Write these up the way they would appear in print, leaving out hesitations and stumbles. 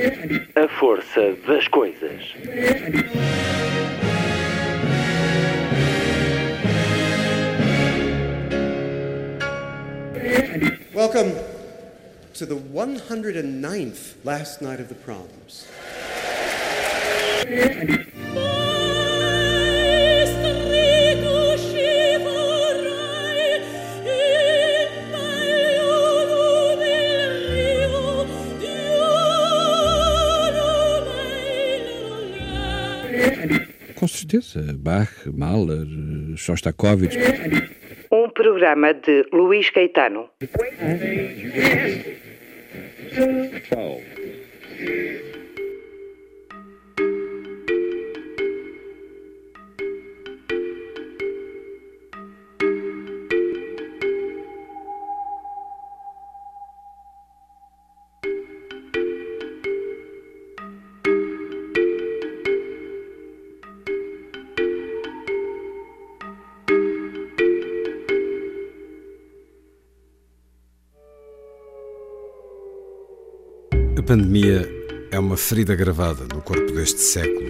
A força das coisas. Welcome to the 109th last night of the proms. Com certeza, Bach, Mahler, Shostakovich. Um programa de Luís Caetano. A pandemia é uma ferida gravada no corpo deste século.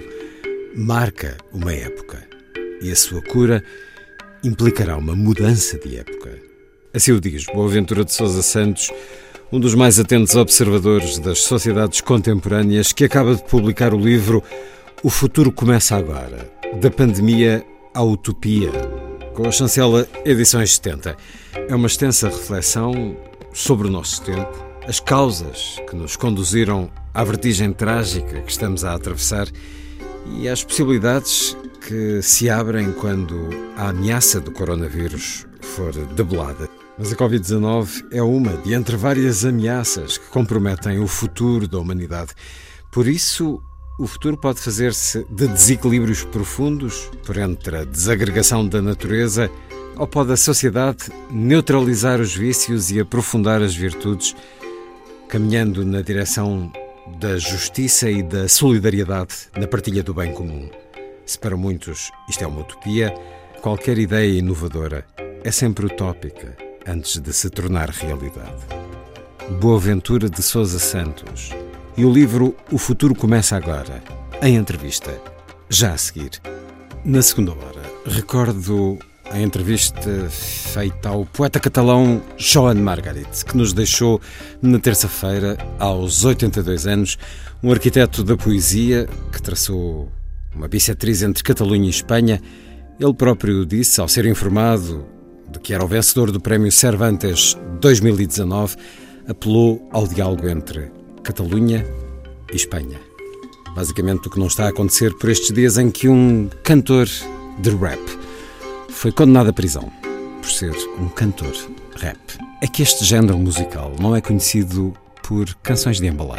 Marca uma época. E a sua cura implicará uma mudança de época. Assim o diz Boaventura de Sousa Santos, um dos mais atentos observadores das sociedades contemporâneas, que acaba de publicar o livro O Futuro Começa Agora, da pandemia à utopia, com a chancela Edições 70. É uma extensa reflexão sobre o nosso tempo, as causas que nos conduziram à vertigem trágica que estamos a atravessar e às possibilidades que se abrem quando a ameaça do coronavírus for debelada. Mas a Covid-19 é uma de entre várias ameaças que comprometem o futuro da humanidade. Por isso, o futuro pode fazer-se de desequilíbrios profundos, por entre a desagregação da natureza, ou pode a sociedade neutralizar os vícios e aprofundar as virtudes, caminhando na direção da justiça e da solidariedade na partilha do bem comum. Se para muitos isto é uma utopia, qualquer ideia inovadora é sempre utópica antes de se tornar realidade. Boaventura de Sousa Santos e o livro O Futuro Começa Agora, em entrevista, já a seguir. Na segunda hora, recordo a entrevista feita ao poeta catalão Joan Margarit, que nos deixou na terça-feira, aos 82 anos, um arquiteto da poesia que traçou uma bissetriz entre Catalunha e Espanha. Ele próprio disse, ao ser informado de que era o vencedor do Prémio Cervantes 2019, apelou ao diálogo entre Catalunha e Espanha. Basicamente o que não está a acontecer por estes dias em que um cantor de rap foi condenado à prisão por ser um cantor rap. É que este género musical não é conhecido por canções de embalar.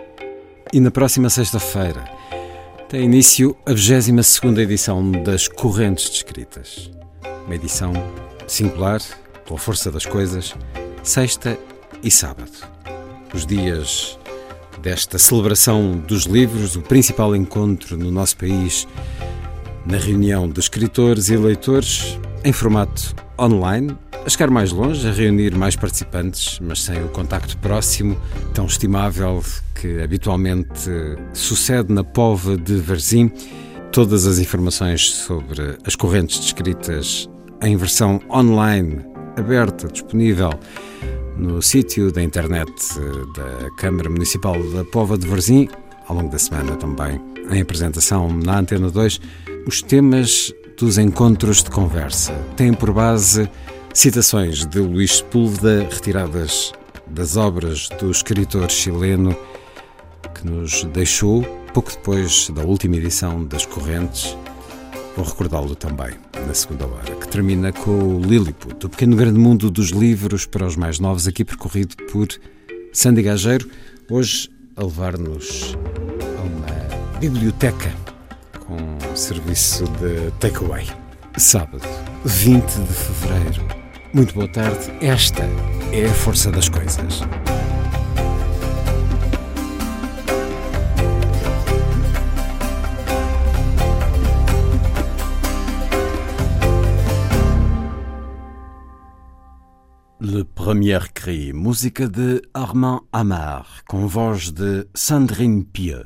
E na próxima sexta-feira tem início a 22ª edição das Correntes Descritas. Uma edição singular, pela força das coisas, sexta e sábado. Os dias desta celebração dos livros, o principal encontro no nosso país, na reunião de escritores e leitores, em formato online, a chegar mais longe, a reunir mais participantes, mas sem o contacto próximo, tão estimável que habitualmente sucede na Póvoa de Varzim. Todas as informações sobre as Correntes Descritas em versão online, aberta, disponível no sítio da internet da Câmara Municipal da Póvoa de Varzim, ao longo da semana também, em apresentação na Antena 2, os temas dos encontros de conversa têm por base citações de Luís Sepúlveda retiradas das obras do escritor chileno que nos deixou pouco depois da última edição das Correntes. Vou recordá-lo também na segunda hora, que termina com o Lilliput, o pequeno grande mundo dos livros para os mais novos, aqui percorrido por Sandy Gageiro, hoje a levar-nos a uma biblioteca com serviço de takeaway. Sábado, 20 de fevereiro. Muito boa tarde. Esta é a força das coisas. Le Premier Cri, música de Armand Amar, com voz de Sandrine Pieux.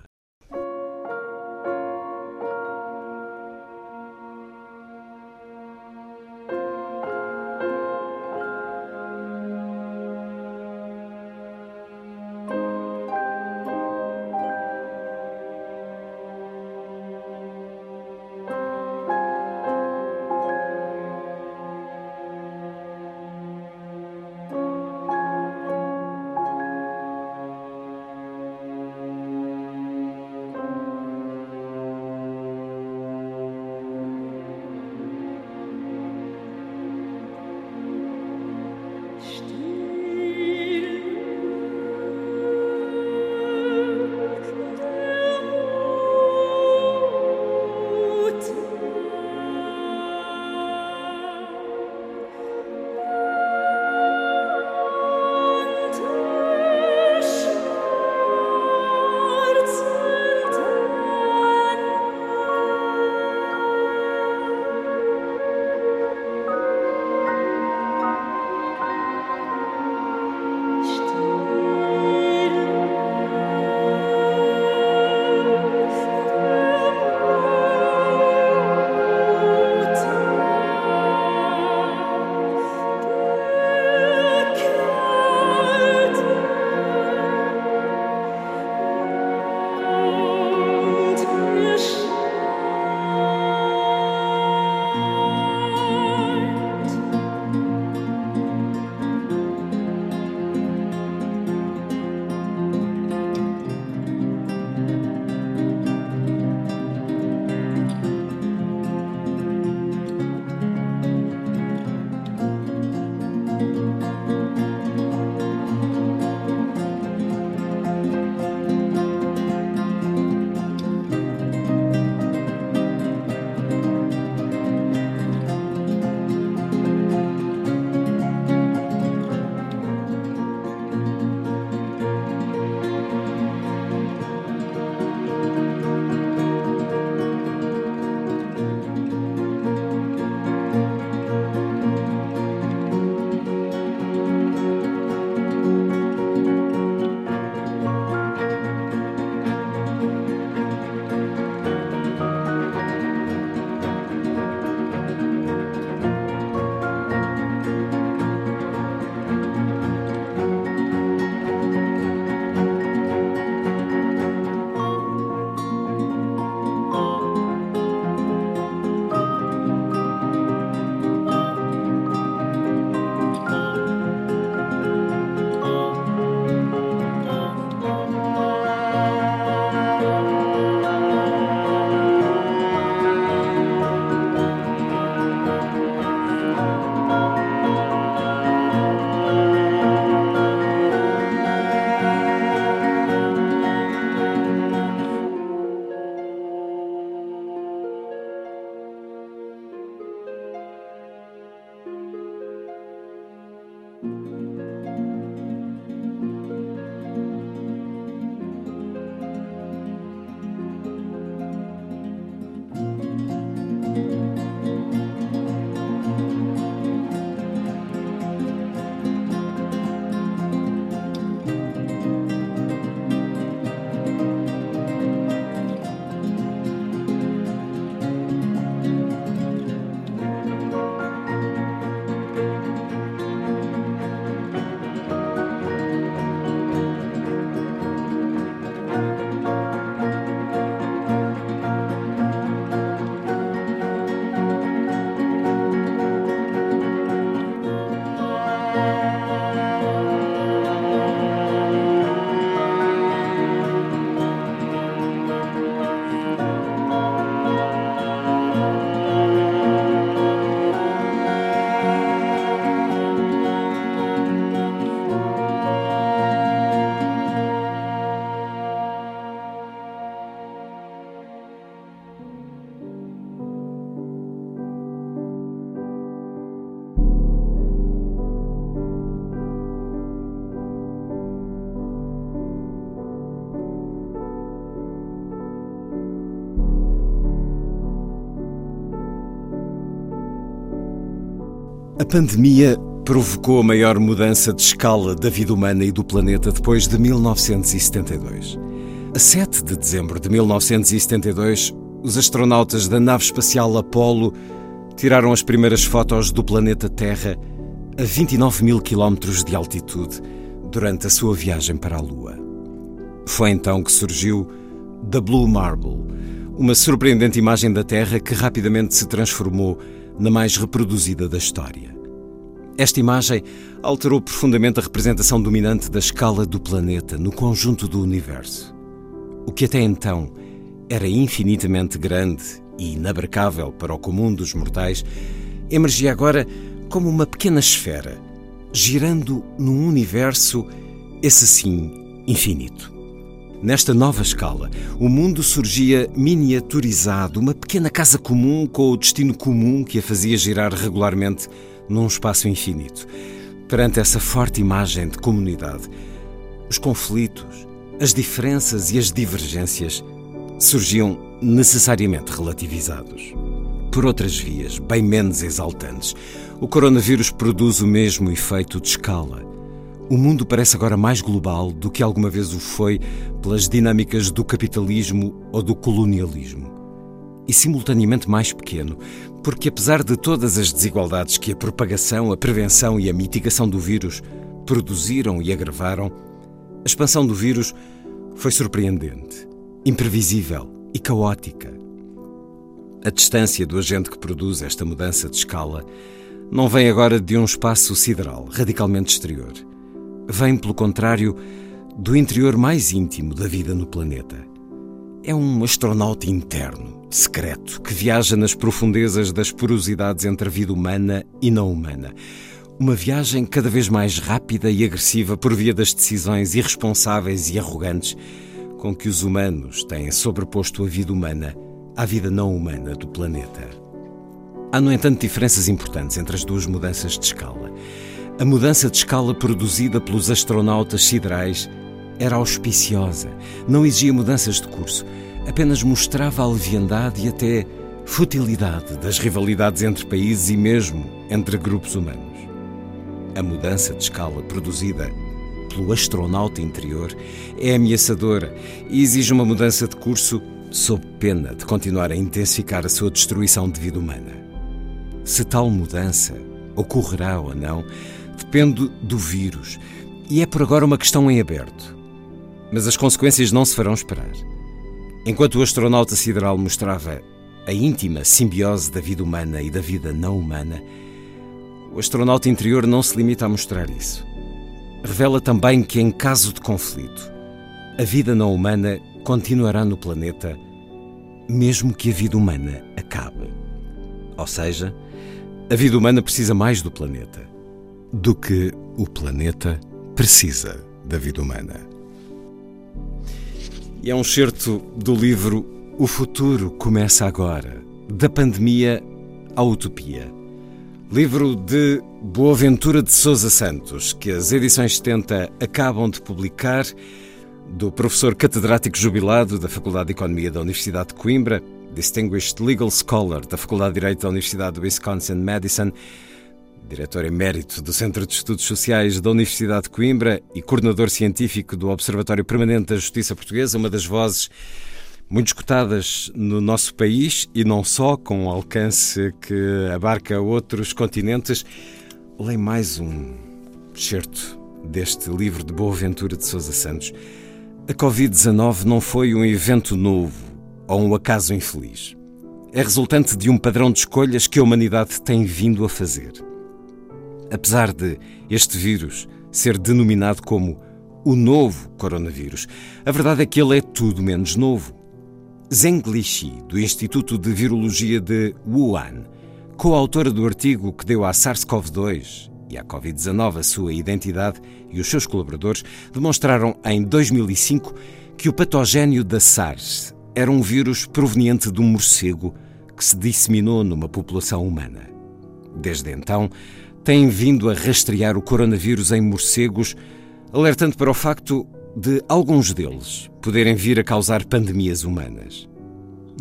A pandemia provocou a maior mudança de escala da vida humana e do planeta depois de 1972. A 7 de dezembro de 1972, os astronautas da nave espacial Apollo tiraram as primeiras fotos do planeta Terra a 29 mil quilómetros de altitude durante a sua viagem para a Lua. Foi então que surgiu The Blue Marble, uma surpreendente imagem da Terra que rapidamente se transformou na mais reproduzida da história. Esta imagem alterou profundamente a representação dominante da escala do planeta no conjunto do universo. O que até então era infinitamente grande e inabarcável para o comum dos mortais, emergia agora como uma pequena esfera, girando num universo, esse sim, infinito. Nesta nova escala, o mundo surgia miniaturizado, uma pequena casa comum com o destino comum que a fazia girar regularmente num espaço infinito. Perante essa forte imagem de comunidade, os conflitos, as diferenças e as divergências surgiam necessariamente relativizados. Por outras vias, bem menos exaltantes, o coronavírus produz o mesmo efeito de escala. O mundo parece agora mais global do que alguma vez o foi pelas dinâmicas do capitalismo ou do colonialismo. E simultaneamente mais pequeno, porque apesar de todas as desigualdades que a propagação, a prevenção e a mitigação do vírus produziram e agravaram, a expansão do vírus foi surpreendente, imprevisível e caótica. A distância do agente que produz esta mudança de escala não vem agora de um espaço sideral, radicalmente exterior. Vem, pelo contrário, do interior mais íntimo da vida no planeta. É um astronauta interno, secreto, que viaja nas profundezas das porosidades entre a vida humana e não humana. Uma viagem cada vez mais rápida e agressiva por via das decisões irresponsáveis e arrogantes com que os humanos têm sobreposto a vida humana à vida não humana do planeta. Há, no entanto, diferenças importantes entre as duas mudanças de escala. A mudança de escala produzida pelos astronautas siderais era auspiciosa, não exigia mudanças de curso, apenas mostrava a leviandade e até futilidade das rivalidades entre países e mesmo entre grupos humanos. A mudança de escala produzida pelo astronauta interior é ameaçadora e exige uma mudança de curso sob pena de continuar a intensificar a sua destruição de vida humana. Se tal mudança ocorrerá ou não, depende do vírus e é por agora uma questão em aberto. Mas as consequências não se farão esperar. Enquanto o astronauta sideral mostrava a íntima simbiose da vida humana e da vida não humana, o astronauta interior não se limita a mostrar isso. Revela também que, em caso de conflito, a vida não humana continuará no planeta, mesmo que a vida humana acabe. Ou seja, a vida humana precisa mais do planeta do que o planeta precisa da vida humana. E é um excerto do livro O Futuro Começa Agora, da pandemia à utopia. Livro de Boaventura de Sousa Santos, que as edições 70 acabam de publicar, do professor catedrático jubilado da Faculdade de Economia da Universidade de Coimbra, Distinguished Legal Scholar da Faculdade de Direito da Universidade de Wisconsin-Madison, diretor emérito do Centro de Estudos Sociais da Universidade de Coimbra e coordenador científico do Observatório Permanente da Justiça Portuguesa, uma das vozes muito escutadas no nosso país e não só, com um alcance que abarca outros continentes. Leio mais um excerto deste livro de Boaventura de Sousa Santos. A Covid-19 não foi um evento novo ou um acaso infeliz. É resultante de um padrão de escolhas que a humanidade tem vindo a fazer. Apesar de este vírus ser denominado como o novo coronavírus, a verdade é que ele é tudo menos novo. Zheng Lixi, do Instituto de Virologia de Wuhan, coautora do artigo que deu à SARS-CoV-2 e à Covid-19 a sua identidade, e os seus colaboradores demonstraram em 2005 que o patogénio da SARS era um vírus proveniente de um morcego que se disseminou numa população humana. Desde então, têm vindo a rastrear o coronavírus em morcegos, alertando para o facto de alguns deles poderem vir a causar pandemias humanas.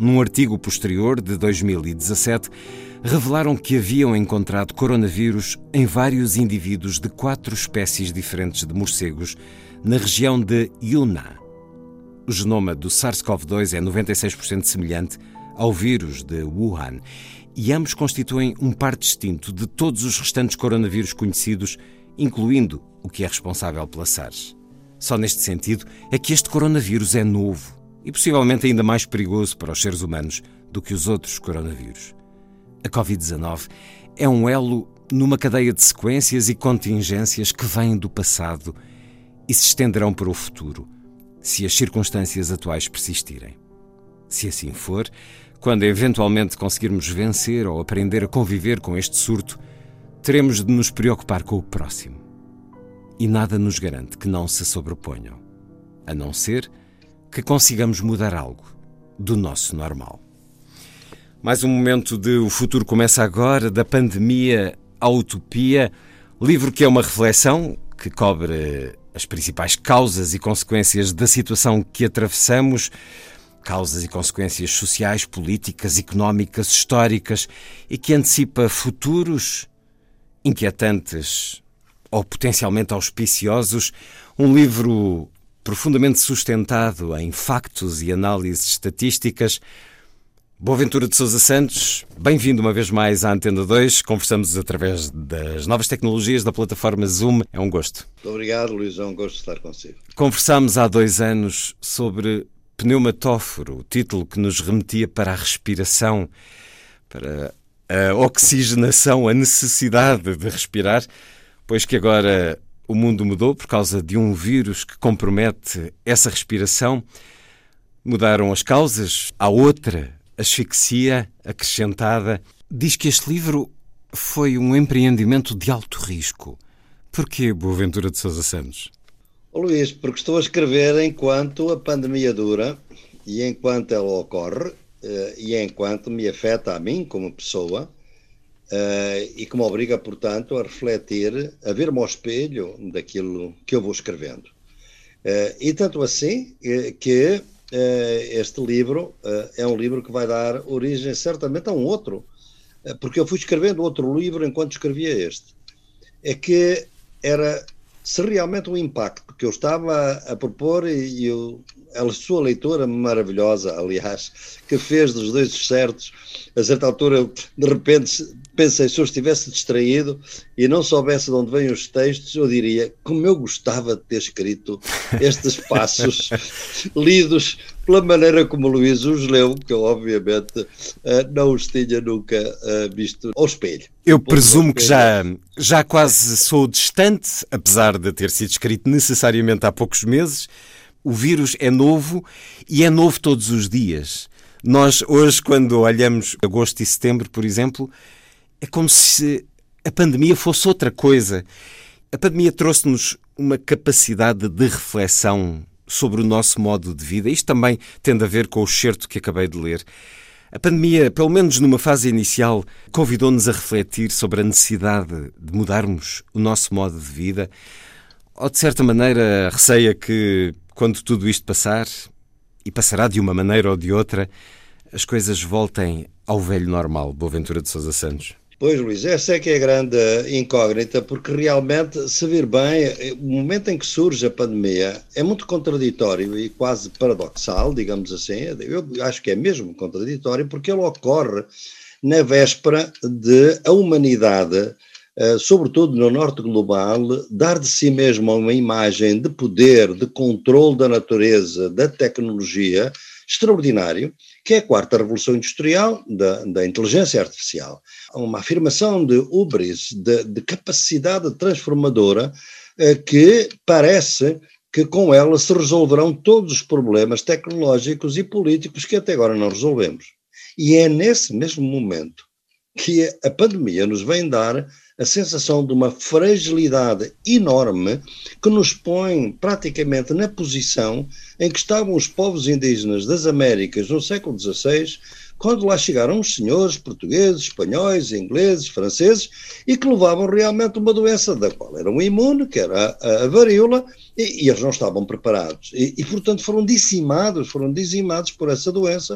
num artigo posterior de 2017, revelaram que haviam encontrado coronavírus em vários indivíduos de 4 espécies diferentes de morcegos na região de Yunnan. O genoma do SARS-CoV-2 é 96% semelhante ao vírus de Wuhan e ambos constituem um par distinto de todos os restantes coronavírus conhecidos, incluindo o que é responsável pela SARS. Só neste sentido é que este coronavírus é novo e possivelmente ainda mais perigoso para os seres humanos do que os outros coronavírus. A Covid-19 é um elo numa cadeia de sequências e contingências que vêm do passado e se estenderão para o futuro, se as circunstâncias atuais persistirem. Se assim for, quando eventualmente conseguirmos vencer ou aprender a conviver com este surto, teremos de nos preocupar com o próximo. E nada nos garante que não se sobreponham, a não ser que consigamos mudar algo do nosso normal. Mais um momento de O Futuro Começa Agora, da pandemia à utopia, livro que é uma reflexão que cobre as principais causas e consequências da situação que atravessamos, causas e consequências sociais, políticas, económicas, históricas, e que antecipa futuros inquietantes ou potencialmente auspiciosos, um livro profundamente sustentado em factos e análises estatísticas. Boaventura de Sousa Santos, bem-vindo uma vez mais à Antena 2. Conversamos através das novas tecnologias da plataforma Zoom. É um gosto. Muito obrigado, Luís. É um gosto estar consigo. Conversámos há 2 anos sobre pneumatóforo, o título que nos remetia para a respiração, para a oxigenação, a necessidade de respirar, pois que agora o mundo mudou por causa de um vírus que compromete essa respiração. Mudaram as causas, há outra asfixia acrescentada. Diz que este livro foi um empreendimento de alto risco. Porquê, Boaventura de Sousa Santos? Luís, porque estou a escrever enquanto a pandemia dura e enquanto ela ocorre e enquanto me afeta a mim como pessoa e que me obriga, portanto, a refletir, a ver-me ao espelho daquilo que eu vou escrevendo. E tanto assim que este livro é um livro que vai dar origem certamente a um outro, porque eu fui escrevendo outro livro enquanto escrevia este. É que era... Se realmente o impacto que eu estava a propor e a sua leitora maravilhosa, aliás, que fez dos dois certos, a certa altura, de repente, pensei, se eu estivesse distraído e não soubesse de onde vêm os textos, eu diria, como eu gostava de ter escrito estes passos lidos pela maneira como o Luís os leu, que eu obviamente não os tinha nunca visto ao espelho. Eu presumo que já quase sou distante, apesar de ter sido escrito necessariamente há poucos meses. O vírus é novo e é novo todos os dias. Nós hoje, quando olhamos agosto e setembro, por exemplo, é como se a pandemia fosse outra coisa. A pandemia trouxe-nos uma capacidade de reflexão sobre o nosso modo de vida. Isto também tem a ver com o excerto que acabei de ler. A pandemia, pelo menos numa fase inicial, convidou-nos a refletir sobre a necessidade de mudarmos o nosso modo de vida, ou de certa maneira receia que, quando tudo isto passar, e passará de uma maneira ou de outra, as coisas voltem ao velho normal. Boaventura de Sousa Santos. Pois, Luís, essa é que é a grande incógnita, porque realmente, se vir bem, o momento em que surge a pandemia é muito contraditório e quase paradoxal, digamos assim. Eu acho que é mesmo contraditório, porque ele ocorre na véspera de a humanidade, sobretudo no norte global, dar de si mesma uma imagem de poder, de controle da natureza, da tecnologia, extraordinário, que é a 4ª revolução industrial da inteligência artificial. Uma afirmação de hubris, de capacidade transformadora, que parece que com ela se resolverão todos os problemas tecnológicos e políticos que até agora não resolvemos. E é nesse mesmo momento que a pandemia nos vem dar a sensação de uma fragilidade enorme que nos põe praticamente na posição em que estavam os povos indígenas das Américas no século XVI, quando lá chegaram os senhores portugueses, espanhóis, ingleses, franceses, e que levavam realmente uma doença da qual eram imunes, que era a varíola, e eles não estavam preparados. E portanto, foram dizimados por essa doença,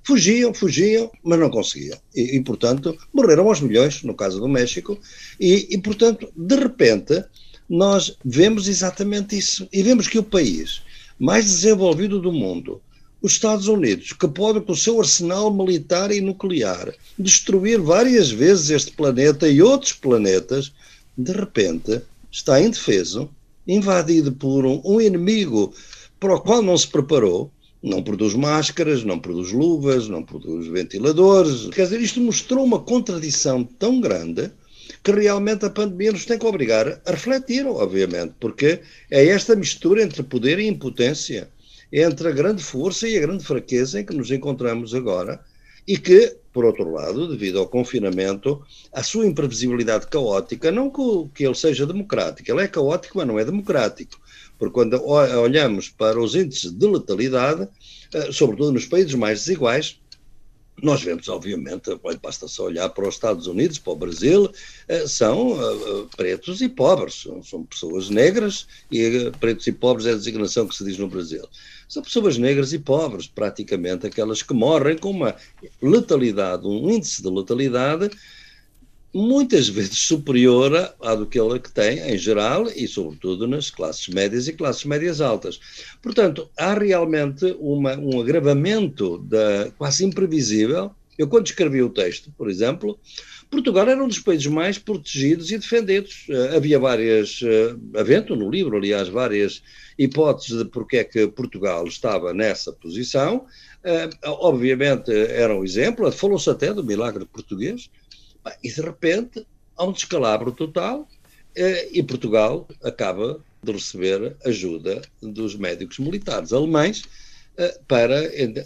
Fugiam, mas não conseguiam. E, portanto, morreram aos milhões, no caso do México, e, portanto, de repente, nós vemos exatamente isso. E vemos que o país mais desenvolvido do mundo, os Estados Unidos, que pode, com o seu arsenal militar e nuclear, destruir várias vezes este planeta e outros planetas, de repente está indefeso, invadido por um inimigo para o qual não se preparou, não produz máscaras, não produz luvas, não produz ventiladores. Quer dizer, isto mostrou uma contradição tão grande que realmente a pandemia nos tem que obrigar a refletir, obviamente, porque é esta mistura entre poder e impotência, entre a grande força e a grande fraqueza em que nos encontramos agora, e que, por outro lado, devido ao confinamento, a sua imprevisibilidade caótica, não que ele seja democrático, ele é caótico, mas não é democrático, porque quando olhamos para os índices de letalidade, sobretudo nos países mais desiguais, nós vemos, obviamente, basta só olhar para os Estados Unidos, para o Brasil, são pretos e pobres, são pessoas negras, e pretos e pobres é a designação que se diz no Brasil. São pessoas negras e pobres, praticamente aquelas que morrem com uma letalidade, um índice de letalidade muitas vezes superior à do que ela que tem, em geral, e sobretudo nas classes médias e classes médias altas. Portanto, há realmente um agravamento quase imprevisível. Eu, quando escrevi o texto, por exemplo, Portugal era um dos países mais protegidos e defendidos. Havia havendo no livro, aliás, várias hipóteses de porque é que Portugal estava nessa posição. Obviamente era um exemplo, falou-se até do milagre português, e de repente há um descalabro total e Portugal acaba de receber ajuda dos médicos militares alemães para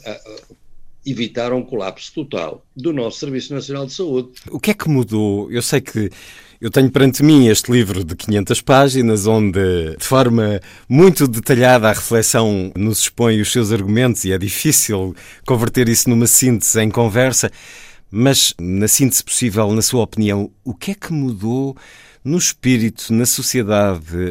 evitar um colapso total do nosso Serviço Nacional de Saúde. O que é que mudou? Eu sei que eu tenho perante mim este livro de 500 páginas, onde, de forma muito detalhada, a reflexão nos expõe os seus argumentos e é difícil converter isso numa síntese em conversa. Mas, na síntese possível, na sua opinião, o que é que mudou no espírito, na sociedade,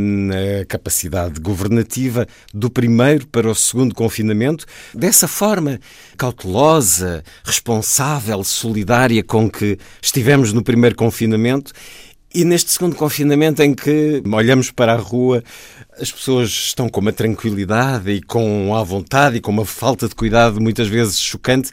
na capacidade governativa do primeiro para o segundo confinamento, dessa forma cautelosa, responsável, solidária com que estivemos no primeiro confinamento e neste segundo confinamento em que olhamos para a rua, as pessoas estão com uma tranquilidade e com a vontade e com uma falta de cuidado muitas vezes chocante.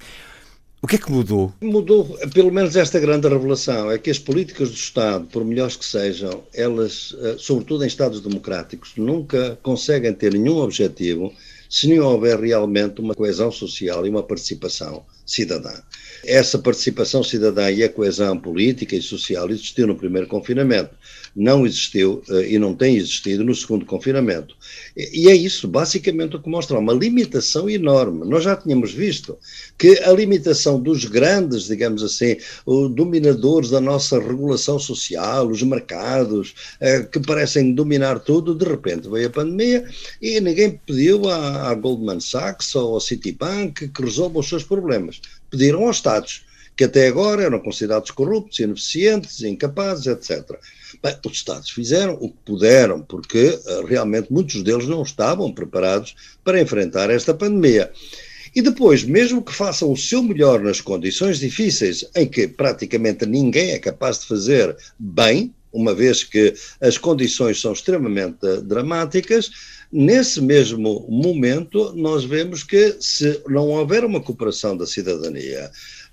O que é que mudou? Mudou, pelo menos esta grande revelação, é que as políticas do Estado, por melhores que sejam, elas, sobretudo em Estados democráticos, nunca conseguem ter nenhum objetivo se não houver realmente uma coesão social e uma participação cidadã. Essa participação cidadã e a coesão política e social existiu no primeiro confinamento, não existiu e não tem existido no segundo confinamento. E é isso, basicamente, o que mostra uma limitação enorme. Nós já tínhamos visto que a limitação dos grandes, digamos assim, dominadores da nossa regulação social, os mercados, que parecem dominar tudo, de repente veio a pandemia e ninguém pediu à Goldman Sachs ou ao Citibank que resolvam os seus problemas. Pediram aos Estados, que até agora eram considerados corruptos, ineficientes, incapazes, etc. Bem, os Estados fizeram o que puderam, porque realmente muitos deles não estavam preparados para enfrentar esta pandemia. E depois, mesmo que façam o seu melhor nas condições difíceis, em que praticamente ninguém é capaz de fazer bem, uma vez que as condições são extremamente dramáticas, nesse mesmo momento nós vemos que se não houver uma cooperação da cidadania,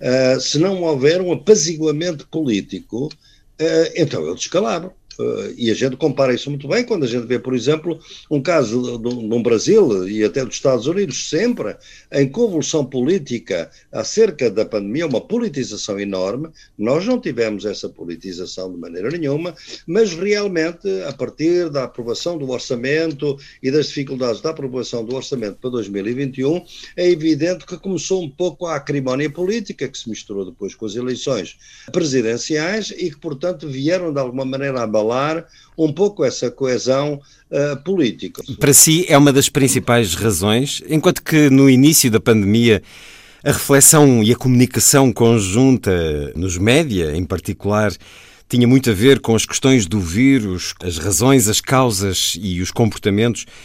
se não houver um apaziguamento político, então é o descalabro. E a gente compara isso muito bem quando a gente vê, por exemplo, um caso no Brasil e até dos Estados Unidos, sempre em convulsão política acerca da pandemia, uma politização enorme. Nós não tivemos essa politização de maneira nenhuma, mas realmente, a partir da aprovação do orçamento e das dificuldades da aprovação do orçamento para 2021, é evidente que começou um pouco a acrimónia política, que se misturou depois com as eleições presidenciais e que, portanto, vieram de alguma maneira a um pouco essa coesão política. Para si é uma das principais razões, enquanto que no início da pandemia a reflexão e a comunicação conjunta nos média, em particular, tinha muito a ver com as questões do vírus, as razões, as causas e os comportamentos.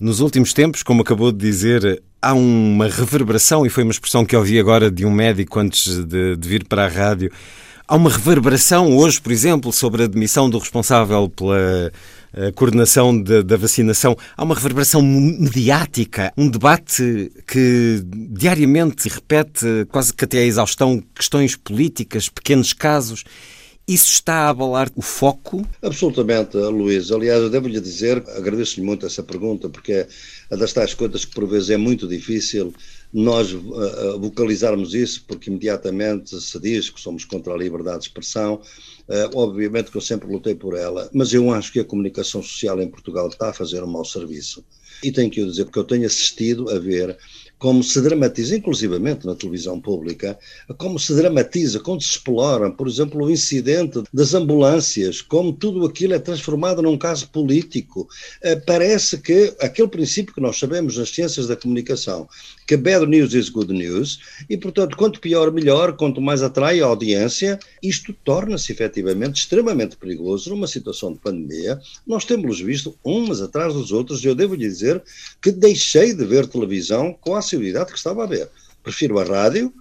Nos últimos tempos, como acabou de dizer, há uma reverberação, e foi uma expressão que ouvi agora de um médico antes de vir para a rádio. Há uma reverberação hoje, por exemplo, sobre a demissão do responsável pela coordenação da vacinação. Há uma reverberação mediática, um debate que diariamente repete, quase que até à exaustão, questões políticas, pequenos casos. Isso está a abalar o foco? Absolutamente, Luís. Aliás, eu devo-lhe dizer, agradeço-lhe muito essa pergunta, porque é das tais coisas que por vezes é muito difícil nós vocalizarmos isso, porque imediatamente se diz que somos contra a liberdade de expressão. Obviamente que eu sempre lutei por ela, mas eu acho que a comunicação social em Portugal está a fazer um mau serviço. E tenho que o dizer, porque eu tenho assistido a ver como se dramatiza, inclusivamente na televisão pública, como se dramatiza, como se explora, por exemplo, o incidente das ambulâncias, como tudo aquilo é transformado num caso político. Parece que aquele princípio que nós sabemos nas ciências da comunicação, que bad news is good news, e portanto, quanto pior, melhor, quanto mais atrai a audiência, isto torna-se efetivamente extremamente perigoso numa situação de pandemia. Nós temos visto umas atrás dos outros, e eu devo lhe dizer que deixei de ver televisão com a que estava a ver. Prefiro a rádio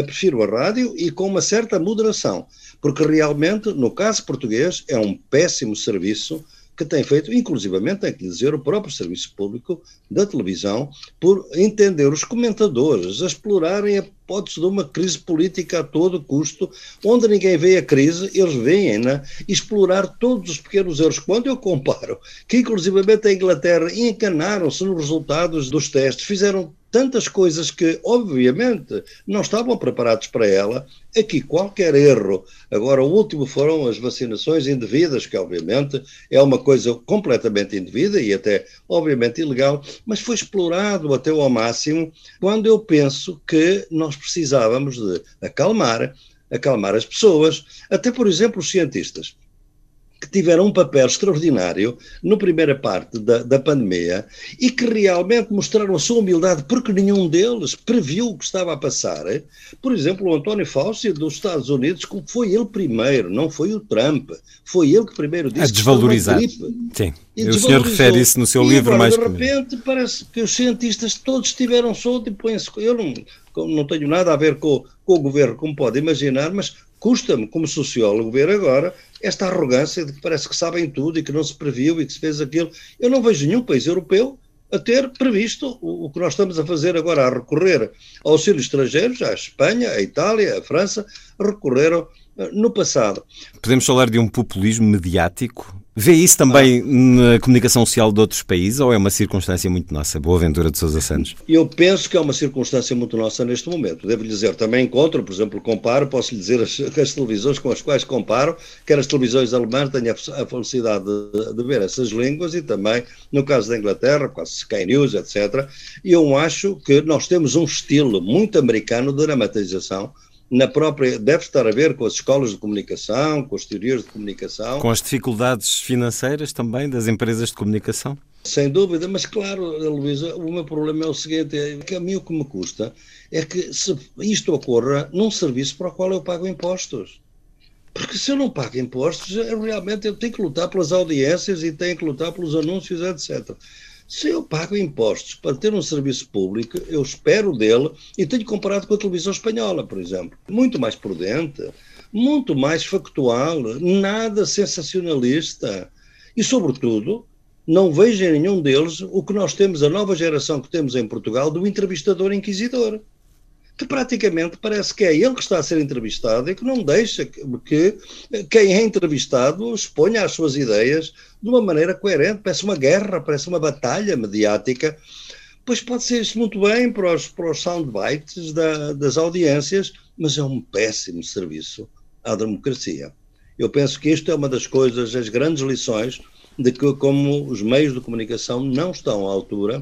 e com uma certa moderação, porque realmente, no caso português, é um péssimo serviço que tem feito, inclusivamente, tem que dizer, o próprio serviço público da televisão, por entender os comentadores a explorarem a hipótese de uma crise política a todo custo, onde ninguém vê a crise, eles veem-na, explorar todos os pequenos erros. Quando eu comparo que, inclusivamente, a Inglaterra encanaram-se nos resultados dos testes, fizeram tantas coisas que, obviamente, não estavam preparados para ela. Aqui, qualquer erro. Agora, o último foram as vacinações indevidas, que, obviamente, é uma coisa completamente indevida e até, obviamente, ilegal, mas foi explorado até ao máximo, quando eu penso que nós precisávamos de acalmar as pessoas, até, por exemplo, os cientistas, que tiveram um papel extraordinário na primeira parte da pandemia e que realmente mostraram a sua humildade, porque nenhum deles previu o que estava a passar. Por exemplo, o António Fauci dos Estados Unidos, foi ele primeiro, não foi o Trump, foi ele que primeiro disse a desvalorizar. Que estava uma gripe. Sim, e o senhor refere isso no seu livro agora, mais de repente, parece que os cientistas todos tiveram solto e põem-se... Eu não tenho nada a ver com o governo, como pode imaginar, mas custa-me, como sociólogo, ver agora esta arrogância de que parece que sabem tudo e que não se previu e que se fez aquilo. Eu não vejo nenhum país europeu a ter previsto o que nós estamos a fazer agora, a recorrer ao auxílio estrangeiro. Já a Espanha, a Itália, a França recorreram no passado. Podemos falar de um populismo mediático? Vê isso também na comunicação social de outros países ou é uma circunstância muito nossa? Boaventura de Sousa Santos. Eu penso que é uma circunstância muito nossa neste momento. Devo-lhe dizer, também encontro, por exemplo, posso-lhe dizer as televisões com as quais comparo, quer as televisões alemãs, tenho a felicidade de ver essas línguas e também, no caso da Inglaterra, com a Sky News, etc. E eu acho que nós temos um estilo muito americano de dramatização, deve estar a ver com as escolas de comunicação, com as teorias de comunicação. Com as dificuldades financeiras também das empresas de comunicação? Sem dúvida, mas claro, Luísa, o meu problema é o seguinte, que a mim o que me custa é que isto ocorra num serviço para o qual eu pago impostos. Porque se eu não pago impostos, realmente eu tenho que lutar pelas audiências e tenho que lutar pelos anúncios, etc. Se eu pago impostos para ter um serviço público, eu espero dele, e tenho comparado com a televisão espanhola, por exemplo, muito mais prudente, muito mais factual, nada sensacionalista. E, sobretudo, não vejo em nenhum deles o que nós temos, a nova geração que temos em Portugal, do entrevistador inquisidor, que praticamente parece que é ele que está a ser entrevistado e que não deixa que quem é entrevistado exponha as suas ideias de uma maneira coerente. Parece uma guerra, parece uma batalha mediática. Pois pode ser isso muito bem para os soundbites das audiências, mas é um péssimo serviço à democracia. Eu penso que isto é uma das coisas, as grandes lições de que, como os meios de comunicação não estão à altura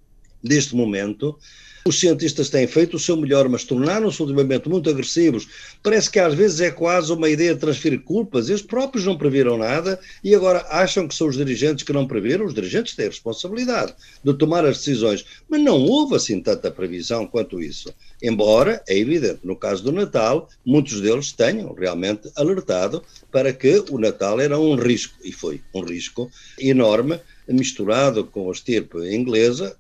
deste momento. Os cientistas têm feito o seu melhor, mas tornaram-se ultimamente muito agressivos. Parece que às vezes é quase uma ideia de transferir culpas. Eles próprios não previram nada e agora acham que são os dirigentes que não previram. Os dirigentes têm a responsabilidade de tomar as decisões, mas não houve assim tanta previsão quanto isso. Embora, é evidente, no caso do Natal, muitos deles tenham realmente alertado para que o Natal era um risco, e foi um risco enorme, misturado com a estirpe inglesa.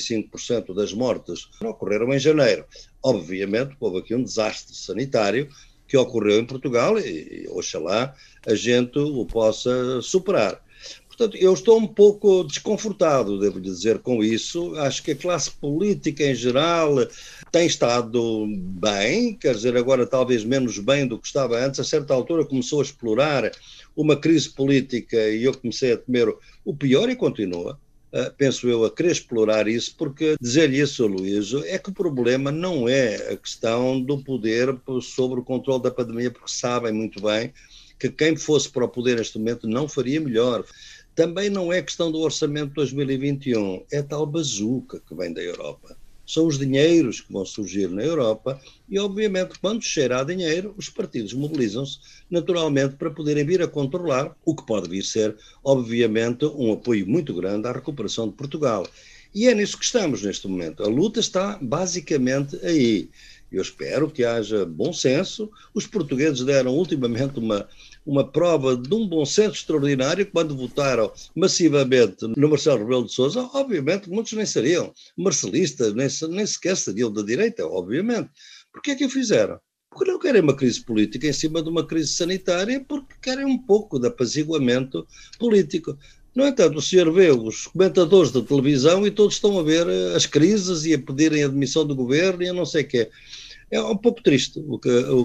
45% das mortes ocorreram em janeiro. Obviamente, houve aqui um desastre sanitário que ocorreu em Portugal e oxalá a gente o possa superar. Portanto, eu estou um pouco desconfortado, devo dizer, com isso. Acho que a classe política em geral tem estado bem, quer dizer, agora talvez menos bem do que estava antes. A certa altura começou a explorar uma crise política e eu comecei a temer o pior e continua. Penso eu, a querer explorar isso, porque dizer-lhe isso, Luís, é que o problema não é a questão do poder sobre o controle da pandemia, porque sabem muito bem que quem fosse para o poder neste momento não faria melhor. Também não é questão do orçamento de 2021, é tal bazuca que vem da Europa. São os dinheiros que vão surgir na Europa e, obviamente, quando cheira a dinheiro, os partidos mobilizam-se naturalmente para poderem vir a controlar o que pode vir a ser, obviamente, um apoio muito grande à recuperação de Portugal. E é nisso que estamos neste momento. A luta está basicamente aí. Eu espero que haja bom senso. Os portugueses deram ultimamente uma prova de um bom senso extraordinário quando votaram massivamente no Marcelo Rebelo de Sousa. Obviamente, muitos nem seriam marcelistas, nem sequer seriam da direita, obviamente. Porquê é que o fizeram? Porque não querem uma crise política em cima de uma crise sanitária, porque querem um pouco de apaziguamento político. No entanto, o senhor vê os comentadores da televisão e todos estão a ver as crises e a pedirem a demissão do governo e a não sei o quê. É um pouco triste o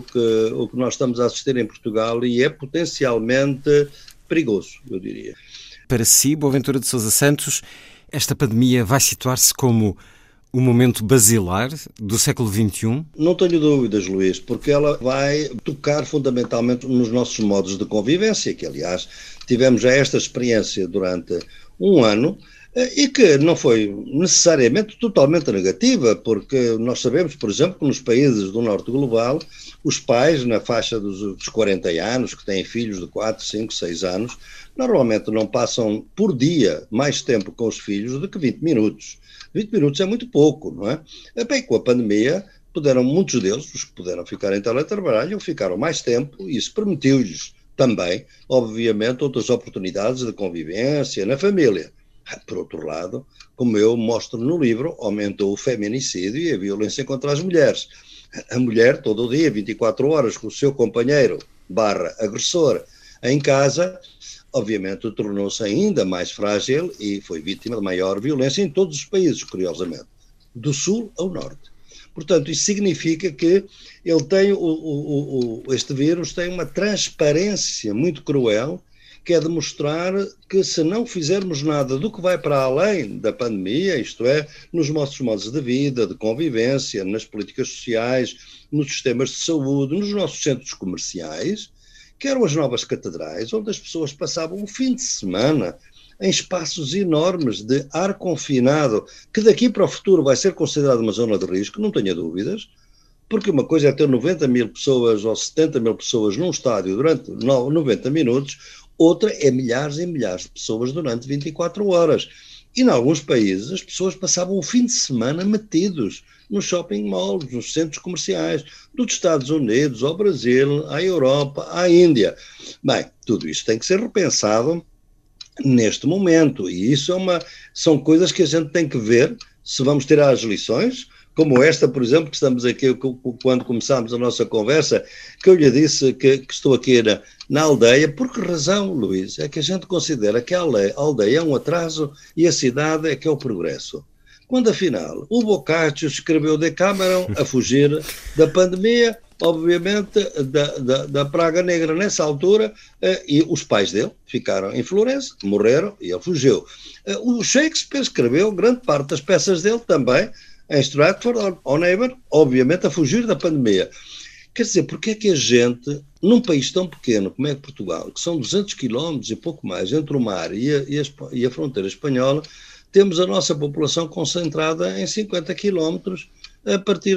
que nós estamos a assistir em Portugal e é potencialmente perigoso, eu diria. Para si, Boaventura de Sousa Santos, esta pandemia vai situar-se como um momento basilar do século XXI? Não tenho dúvidas, Luís, porque ela vai tocar fundamentalmente nos nossos modos de convivência, que aliás tivemos já esta experiência durante um ano, e que não foi necessariamente totalmente negativa, porque nós sabemos, por exemplo, que nos países do norte global, os pais na faixa dos 40 anos, que têm filhos de 4, 5, 6 anos, normalmente não passam por dia mais tempo com os filhos do que 20 minutos. 20 minutos é muito pouco, não é? Bem, com a pandemia, muitos deles, os que puderam ficar em teletrabalho, ficaram mais tempo e isso permitiu-lhes também, obviamente, outras oportunidades de convivência na família. Por outro lado, como eu mostro no livro, aumentou o feminicídio e a violência contra as mulheres. A mulher, todo o dia, 24 horas, com o seu companheiro / agressor em casa, obviamente tornou-se ainda mais frágil e foi vítima de maior violência em todos os países, curiosamente, do sul ao norte. Portanto, isso significa que ele tem este vírus tem uma transparência muito cruel, que é demonstrar que se não fizermos nada do que vai para além da pandemia, isto é, nos nossos modos de vida, de convivência, nas políticas sociais, nos sistemas de saúde, nos nossos centros comerciais, que eram as novas catedrais, onde as pessoas passavam um fim de semana em espaços enormes de ar confinado, que daqui para o futuro vai ser considerado uma zona de risco, não tenha dúvidas, porque uma coisa é ter 90 mil pessoas ou 70 mil pessoas num estádio durante 90 minutos, outra é milhares e milhares de pessoas durante 24 horas. E em alguns países as pessoas passavam o fim de semana metidos nos shopping malls, nos centros comerciais, dos Estados Unidos, ao Brasil, à Europa, à Índia. Bem, tudo isso tem que ser repensado neste momento e isso são coisas que a gente tem que ver se vamos tirar as lições, como esta, por exemplo, que estamos aqui, quando começámos a nossa conversa, que eu lhe disse que estou aqui na aldeia. Por que razão, Luís? É que a gente considera que a aldeia é um atraso e a cidade é que é o progresso. Quando, afinal, o Boccaccio escreveu Decameron a fugir da pandemia, obviamente, da praga negra nessa altura, e os pais dele ficaram em Florença, morreram e ele fugiu. O Shakespeare escreveu grande parte das peças dele também em Stratford-on-Avon, obviamente a fugir da pandemia. Quer dizer, porque é que a gente, num país tão pequeno como é Portugal, que são 200 quilómetros e pouco mais entre o mar e a fronteira espanhola, temos a nossa população concentrada em 50 quilómetros a partir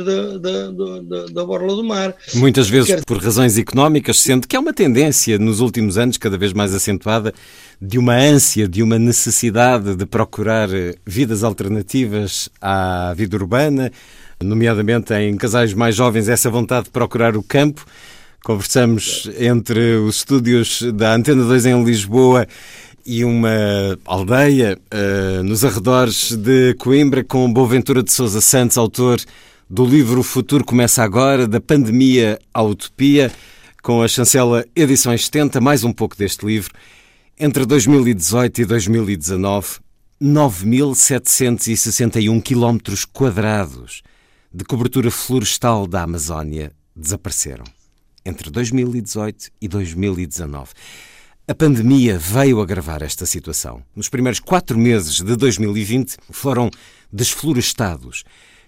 da borla do mar. Muitas vezes por razões económicas, sendo que é uma tendência nos últimos anos cada vez mais acentuada de uma ânsia, de uma necessidade de procurar vidas alternativas à vida urbana, nomeadamente em casais mais jovens, essa vontade de procurar o campo. Conversamos entre os estúdios da Antena 2 em Lisboa e uma aldeia nos arredores de Coimbra, com Boaventura de Sousa Santos, autor do livro O Futuro Começa Agora, da pandemia à utopia, com a chancela Edições 70, mais um pouco deste livro. Entre 2018 e 2019, 9.761 quilómetros quadrados de cobertura florestal da Amazónia desapareceram. Entre 2018 e 2019. A pandemia veio agravar esta situação. Nos primeiros 4 meses de 2020 foram desflorestados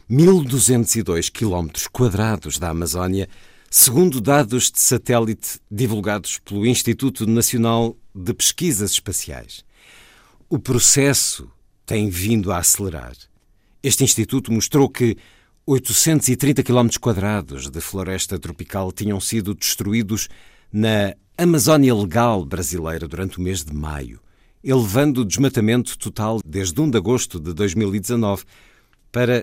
1.202 quilómetros quadrados da Amazónia, segundo dados de satélite divulgados pelo Instituto Nacional de Pesquisas Espaciais. O processo tem vindo a acelerar. Este instituto mostrou que 830 quilómetros quadrados de floresta tropical tinham sido destruídos na Amazónia Legal brasileira durante o mês de maio, elevando o desmatamento total desde 1 de agosto de 2019 para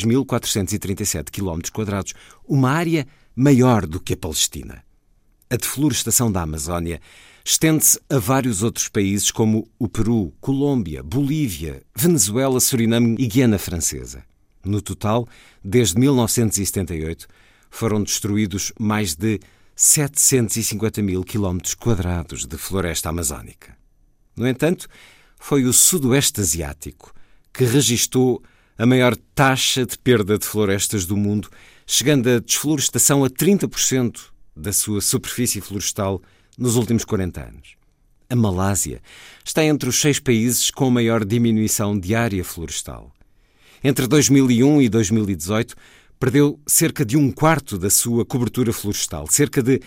6.437 quilómetros quadrados, uma área maior do que a Palestina. A deflorestação da Amazónia estende-se a vários outros países como o Peru, Colômbia, Bolívia, Venezuela, Suriname e Guiana Francesa. No total, desde 1978, foram destruídos mais de 750 mil quilómetros quadrados de floresta amazónica. No entanto, foi o Sudoeste Asiático que registou a maior taxa de perda de florestas do mundo, chegando a desflorestação a 30% da sua superfície florestal nos últimos 40 anos. A Malásia está entre os 6 países com a maior diminuição de área florestal. Entre 2001 e 2018, perdeu cerca de 1/4 da sua cobertura florestal, cerca de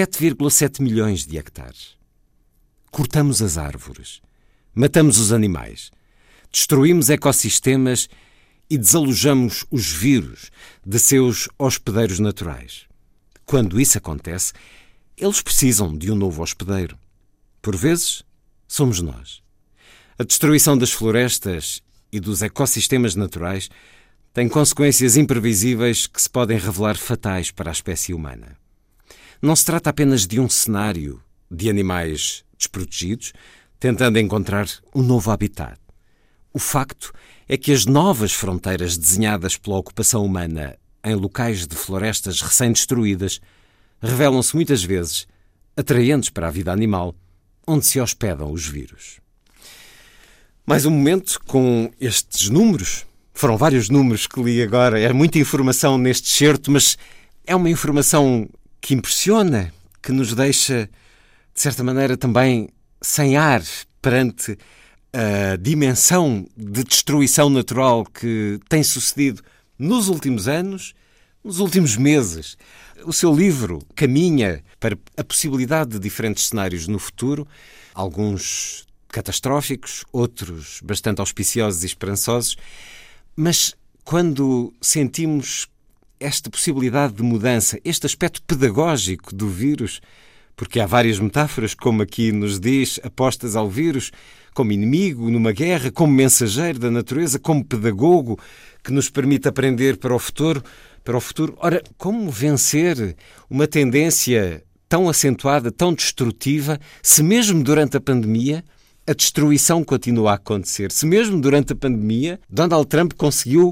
7,7 milhões de hectares. Cortamos as árvores, matamos os animais, destruímos ecossistemas e desalojamos os vírus de seus hospedeiros naturais. Quando isso acontece, eles precisam de um novo hospedeiro. Por vezes, somos nós. A destruição das florestas e dos ecossistemas naturais tem consequências imprevisíveis que se podem revelar fatais para a espécie humana. Não se trata apenas de um cenário de animais desprotegidos, tentando encontrar um novo habitat. O facto é que as novas fronteiras desenhadas pela ocupação humana em locais de florestas recém-destruídas revelam-se muitas vezes atraentes para a vida animal, onde se hospedam os vírus. Mais um momento com estes números. Foram vários números que li agora. É muita informação neste excerto, mas é uma informação que impressiona, que nos deixa, de certa maneira, também sem ar perante a dimensão de destruição natural que tem sucedido nos últimos anos, nos últimos meses. O seu livro caminha para a possibilidade de diferentes cenários no futuro, alguns catastróficos, outros bastante auspiciosos e esperançosos, mas quando sentimos esta possibilidade de mudança, este aspecto pedagógico do vírus, porque há várias metáforas, como aqui nos diz, apostas ao vírus, como inimigo numa guerra, como mensageiro da natureza, como pedagogo que nos permite aprender para o futuro. Ora, como vencer uma tendência tão acentuada, tão destrutiva, se mesmo durante a pandemia a destruição continua a acontecer? Se mesmo durante a pandemia Donald Trump conseguiu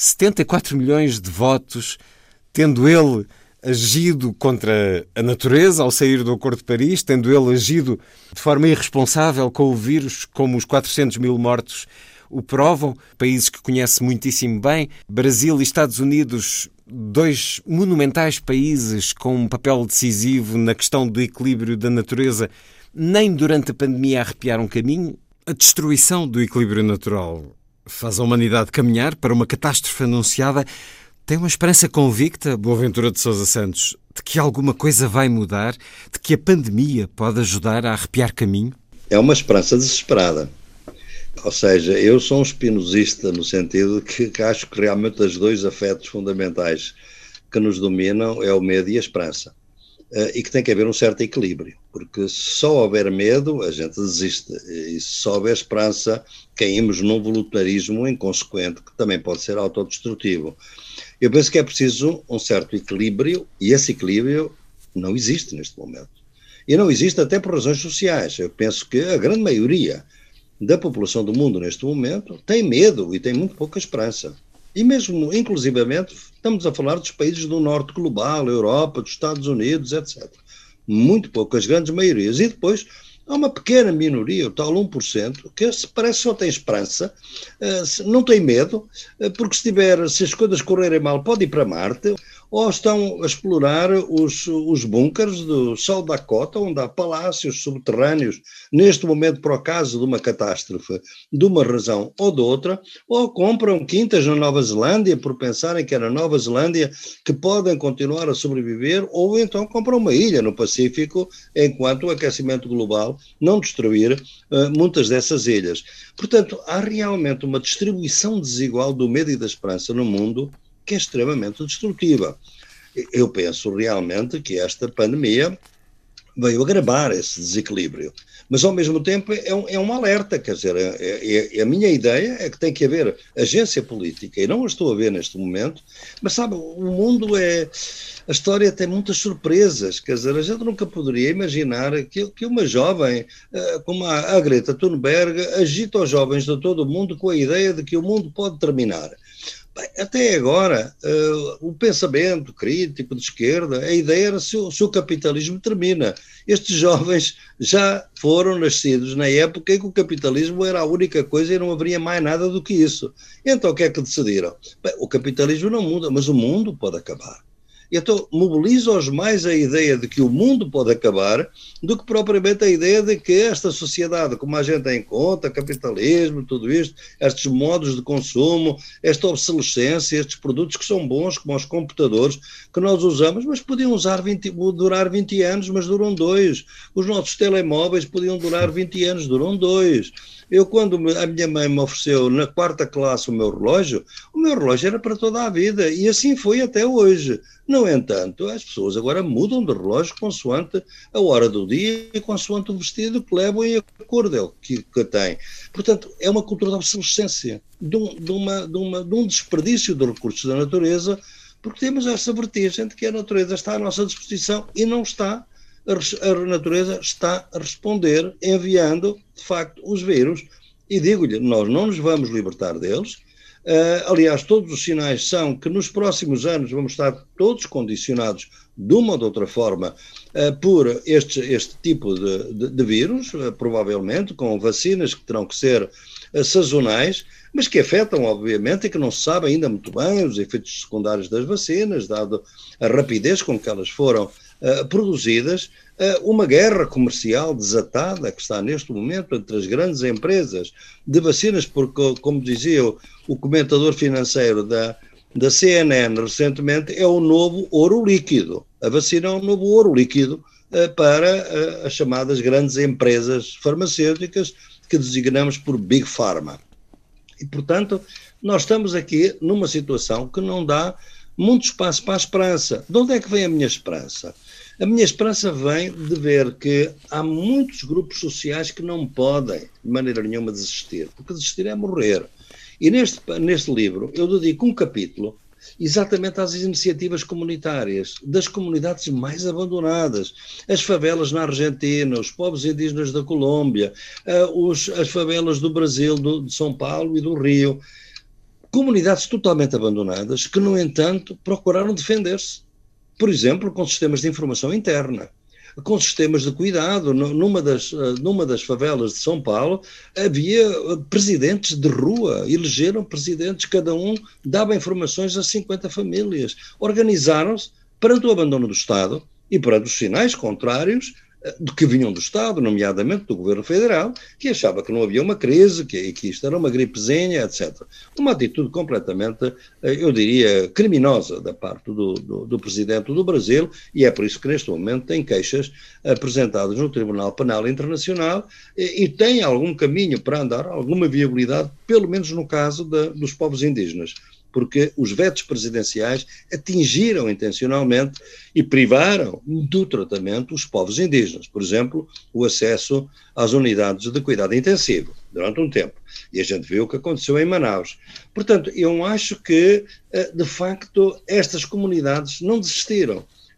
74 milhões de votos, tendo ele agido contra a natureza ao sair do Acordo de Paris, tendo ele agido de forma irresponsável com o vírus, como os 400 mil mortos o provam, países que conhece muitíssimo bem, Brasil e Estados Unidos, 2 monumentais países com um papel decisivo na questão do equilíbrio da natureza, nem durante a pandemia arrepiaram caminho. A destruição do equilíbrio natural faz a humanidade caminhar para uma catástrofe anunciada. Tem uma esperança convicta, Boaventura de Sousa Santos, de que alguma coisa vai mudar, de que a pandemia pode ajudar a arrepiar caminho? É uma esperança desesperada. Ou seja, eu sou um espinosista no sentido que acho que realmente os 2 afetos fundamentais que nos dominam é o medo e a esperança. E que tem que haver um certo equilíbrio, porque se só houver medo, a gente desiste, e se só houver esperança, caímos num voluntarismo inconsequente, que também pode ser autodestrutivo. Eu penso que é preciso um certo equilíbrio, e esse equilíbrio não existe neste momento. E não existe até por razões sociais. Eu penso que a grande maioria da população do mundo neste momento tem medo e tem muito pouca esperança. E mesmo, inclusivamente, estamos a falar dos países do norte global, Europa, dos Estados Unidos, etc. Muito poucas, grandes maiorias. E depois há uma pequena minoria, o tal 1%, que parece que só tem esperança, não tem medo, porque se as coisas correrem mal pode ir para Marte, ou estão a explorar os bunkers do South Dakota, onde há palácios subterrâneos, neste momento, por causa de uma catástrofe, de uma razão ou de outra, ou compram quintas na Nova Zelândia, por pensarem que é na Nova Zelândia que podem continuar a sobreviver, ou então compram uma ilha no Pacífico, enquanto o aquecimento global não destruir muitas dessas ilhas. Portanto, há realmente uma distribuição desigual do medo e da esperança no mundo que é extremamente destrutiva. Eu penso realmente que esta pandemia veio agravar esse desequilíbrio, mas ao mesmo tempo é um alerta, quer dizer, a minha ideia é que tem que haver agência política, e não a estou a ver neste momento, mas sabe, o mundo a história tem muitas surpresas, quer dizer, a gente nunca poderia imaginar que uma jovem como a Greta Thunberg agita os jovens de todo o mundo com a ideia de que o mundo pode terminar. Até agora, o pensamento crítico de esquerda, a ideia era se o capitalismo termina. Estes jovens já foram nascidos na época em que o capitalismo era a única coisa e não haveria mais nada do que isso. Então o que é que decidiram? Bem, o capitalismo não muda, mas o mundo pode acabar. Então mobiliza-os mais a ideia de que o mundo pode acabar do que propriamente a ideia de que esta sociedade, como a gente tem em conta, capitalismo, tudo isto, estes modos de consumo, esta obsolescência, estes produtos que são bons, como os computadores, que nós usamos, mas podiam durar 20 anos, mas duram 2. Os nossos telemóveis podiam durar 20 anos, duram 2. Eu, quando a minha mãe me ofereceu na 4ª classe o meu relógio era para toda a vida, e assim foi até hoje. No entanto, as pessoas agora mudam de relógio consoante a hora do dia e consoante o vestido que levam e a cor dele que têm. Portanto, é uma cultura de obsolescência, de um desperdício de recursos da natureza, porque temos essa vertigem de que a natureza está à nossa disposição e não está. A natureza está a responder enviando, de facto, os vírus. E digo-lhe, nós não nos vamos libertar deles. Aliás, todos os sinais são que nos próximos anos vamos estar todos condicionados, de uma ou de outra forma, por este tipo de vírus, provavelmente, com vacinas que terão que ser sazonais, mas que afetam, obviamente, e que não se sabe ainda muito bem os efeitos secundários das vacinas, dado a rapidez com que elas foram produzidas, uma guerra comercial desatada que está neste momento entre as grandes empresas de vacinas, porque, como dizia o comentador financeiro da CNN recentemente, é o novo ouro líquido. A vacina é um novo ouro líquido para as chamadas grandes empresas farmacêuticas que designamos por Big Pharma. E, portanto, nós estamos aqui numa situação que não dá muito espaço para a esperança. De onde é que vem a minha esperança? A minha esperança vem de ver que há muitos grupos sociais que não podem, de maneira nenhuma, desistir, porque desistir é morrer. E neste livro eu dedico um capítulo exatamente às iniciativas comunitárias, das comunidades mais abandonadas, as favelas na Argentina, os povos indígenas da Colômbia, as favelas do Brasil, de São Paulo e do Rio. Comunidades totalmente abandonadas que, no entanto, procuraram defender-se. Por exemplo, com sistemas de informação interna, com sistemas de cuidado. Numa das favelas de São Paulo havia presidentes de rua, elegeram presidentes, cada um dava informações a 50 famílias. Organizaram-se perante o abandono do Estado e perante os sinais contrários do que vinham do Estado, nomeadamente do Governo Federal, que achava que não havia uma crise, que isto era uma gripezinha, etc. Uma atitude completamente, eu diria, criminosa da parte do Presidente do Brasil, e é por isso que neste momento tem queixas apresentadas no Tribunal Penal Internacional e tem algum caminho para andar, alguma viabilidade, pelo menos no caso dos povos indígenas, porque os vetos presidenciais atingiram intencionalmente e privaram do tratamento os povos indígenas. Por exemplo, o acesso às unidades de cuidado intensivo, durante um tempo. E a gente viu o que aconteceu em Manaus. Portanto, eu acho que, de facto, estas comunidades não desistiram.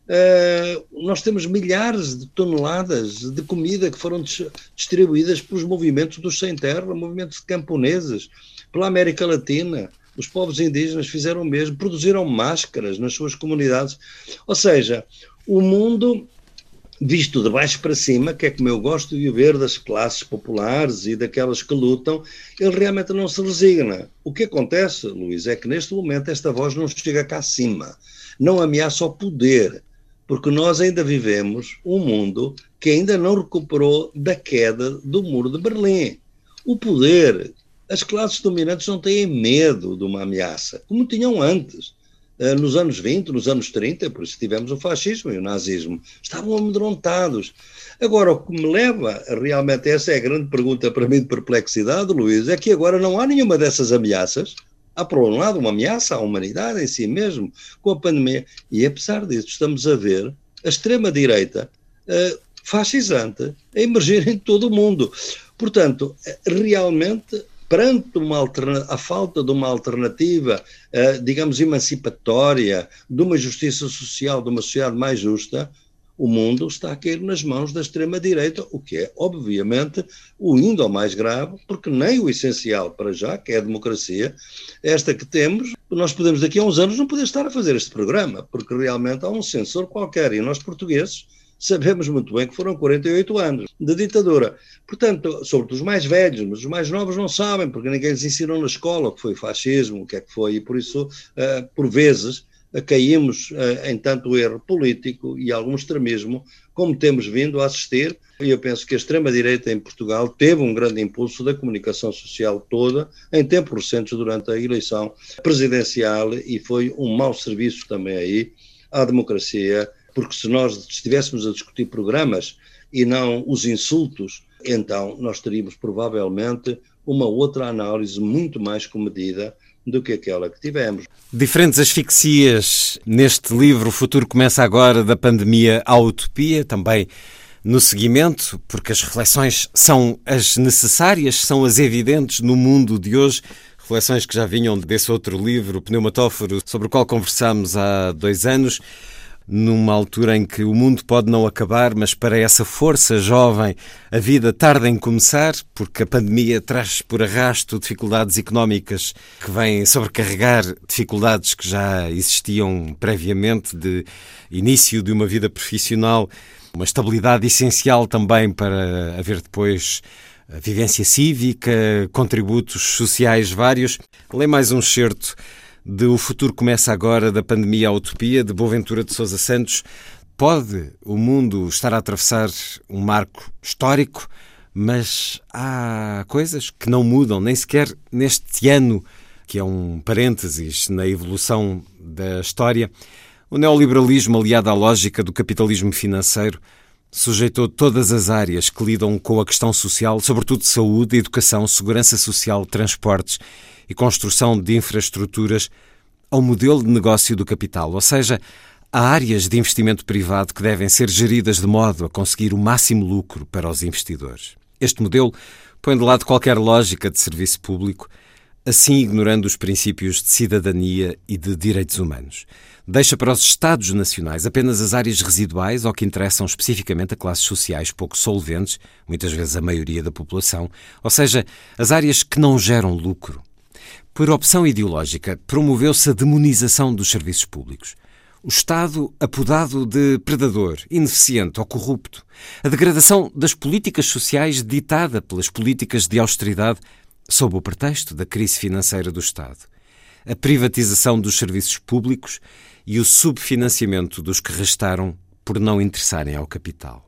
Nós temos milhares de toneladas de comida que foram distribuídas pelos movimentos dos sem-terra, movimentos de camponeses, pela América Latina. Os povos indígenas fizeram o mesmo, produziram máscaras nas suas comunidades. Ou seja, o mundo visto de baixo para cima, que é como eu gosto de ver das classes populares e daquelas que lutam, ele realmente não se resigna. O que acontece, Luís, é que neste momento esta voz não chega cá acima, não ameaça o poder, porque nós ainda vivemos um mundo que ainda não recuperou da queda do Muro de Berlim. O poder, as classes dominantes não têm medo de uma ameaça, como tinham antes. Nos anos 20, nos anos 30, por isso tivemos o fascismo e o nazismo, estavam amedrontados. Agora, o que me leva realmente, essa é a grande pergunta para mim de perplexidade, Luís, é que agora não há nenhuma dessas ameaças. Há, por um lado, uma ameaça à humanidade em si mesmo, com a pandemia, e apesar disso estamos a ver a extrema-direita fascisante a emergir em todo o mundo. Portanto, realmente, perante a falta de uma alternativa, digamos, emancipatória, de uma justiça social, de uma sociedade mais justa, o mundo está a cair nas mãos da extrema-direita, o que é, obviamente, o ainda mais grave, porque nem o essencial para já, que é a democracia, esta que temos, nós podemos daqui a uns anos não poder estar a fazer este programa, porque realmente há um censor qualquer, e nós portugueses sabemos muito bem que foram 48 anos de ditadura. Portanto, sobretudo os mais velhos, mas os mais novos não sabem, porque ninguém lhes ensinou na escola o que foi fascismo, o que é que foi, e por isso, por vezes, caímos em tanto erro político e algum extremismo, como temos vindo a assistir. E eu penso que a extrema-direita em Portugal teve um grande impulso da comunicação social toda, em tempos recentes, durante a eleição presidencial, e foi um mau serviço também aí à democracia, porque se nós estivéssemos a discutir programas e não os insultos, então nós teríamos provavelmente uma outra análise muito mais comedida do que aquela que tivemos. Diferentes asfixias neste livro, O Futuro Começa Agora, da pandemia à utopia, também no seguimento, porque as reflexões são as necessárias, são as evidentes no mundo de hoje, reflexões que já vinham desse outro livro, Pneumatóforo, sobre o qual conversámos há 2 anos, numa altura em que o mundo pode não acabar, mas para essa força jovem a vida tarda em começar, porque a pandemia traz por arrasto dificuldades económicas que vêm sobrecarregar dificuldades que já existiam previamente, de início de uma vida profissional, uma estabilidade essencial também para haver depois a vivência cívica, contributos sociais vários. Lê mais um excerto de O Futuro Começa Agora, da pandemia à utopia, de Boaventura de Sousa Santos. Pode o mundo estar a atravessar um marco histórico, mas há coisas que não mudam, nem sequer neste ano, que é um parênteses na evolução da história. O neoliberalismo, aliado à lógica do capitalismo financeiro, sujeitou todas as áreas que lidam com a questão social, sobretudo saúde, educação, segurança social, transportes e construção de infraestruturas, ao modelo de negócio do capital, ou seja, há áreas de investimento privado que devem ser geridas de modo a conseguir o máximo lucro para os investidores. Este modelo põe de lado qualquer lógica de serviço público, assim ignorando os princípios de cidadania e de direitos humanos. Deixa para os Estados nacionais apenas as áreas residuais ou que interessam especificamente a classes sociais pouco solventes, muitas vezes a maioria da população, ou seja, as áreas que não geram lucro. Por opção ideológica, promoveu-se a demonização dos serviços públicos. O Estado apodado de predador, ineficiente ou corrupto. A degradação das políticas sociais ditada pelas políticas de austeridade sob o pretexto da crise financeira do Estado. A privatização dos serviços públicos e o subfinanciamento dos que restaram por não interessarem ao capital.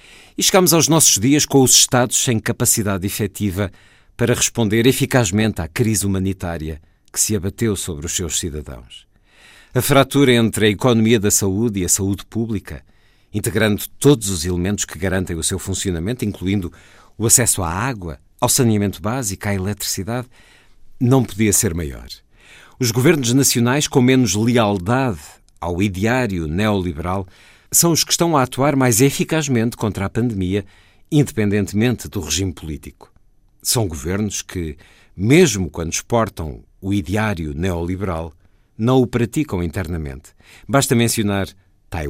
E chegamos aos nossos dias com os Estados sem capacidade efetiva para responder eficazmente à crise humanitária que se abateu sobre os seus cidadãos. A fratura entre a economia da saúde e a saúde pública, integrando todos os elementos que garantem o seu funcionamento, incluindo o acesso à água, ao saneamento básico, à eletricidade, não podia ser maior. Os governos nacionais com menos lealdade ao ideário neoliberal são os que estão a atuar mais eficazmente contra a pandemia, independentemente do regime político. São governos que, mesmo quando exportam o ideário neoliberal, não o praticam internamente. Basta mencionar Taiwan,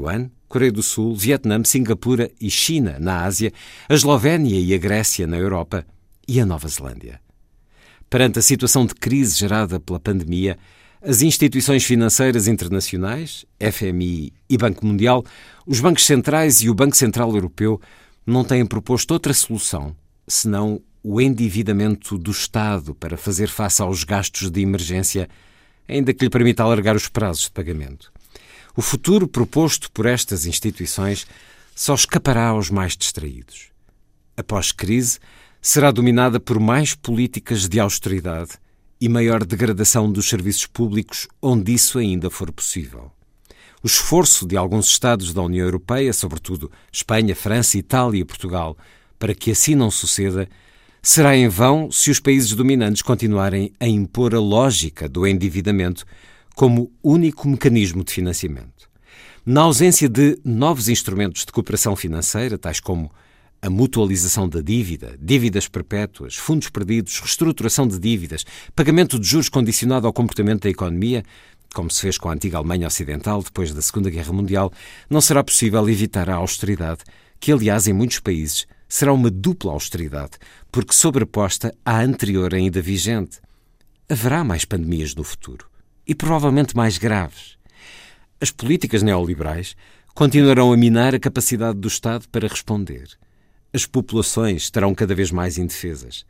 Coreia do Sul, Vietnã, Singapura e China na Ásia, a Eslovénia e a Grécia na Europa e a Nova Zelândia. Perante a situação de crise gerada pela pandemia, as instituições financeiras internacionais, FMI e Banco Mundial, os bancos centrais e o Banco Central Europeu não têm proposto outra solução, senão o endividamento do Estado para fazer face aos gastos de emergência, ainda que lhe permita alargar os prazos de pagamento. O futuro proposto por estas instituições só escapará aos mais distraídos. A pós-crise será dominada por mais políticas de austeridade e maior degradação dos serviços públicos onde isso ainda for possível. O esforço de alguns Estados da União Europeia, sobretudo Espanha, França, Itália e Portugal, para que assim não suceda, será em vão se os países dominantes continuarem a impor a lógica do endividamento como único mecanismo de financiamento. Na ausência de novos instrumentos de cooperação financeira, tais como a mutualização da dívida, dívidas perpétuas, fundos perdidos, reestruturação de dívidas, pagamento de juros condicionado ao comportamento da economia, como se fez com a antiga Alemanha Ocidental depois da Segunda Guerra Mundial, não será possível evitar a austeridade, que, aliás, em muitos países, será uma dupla austeridade, porque sobreposta à anterior ainda vigente. Haverá mais pandemias no futuro, e provavelmente mais graves. As políticas neoliberais continuarão a minar a capacidade do Estado para responder. As populações estarão cada vez mais indefesas.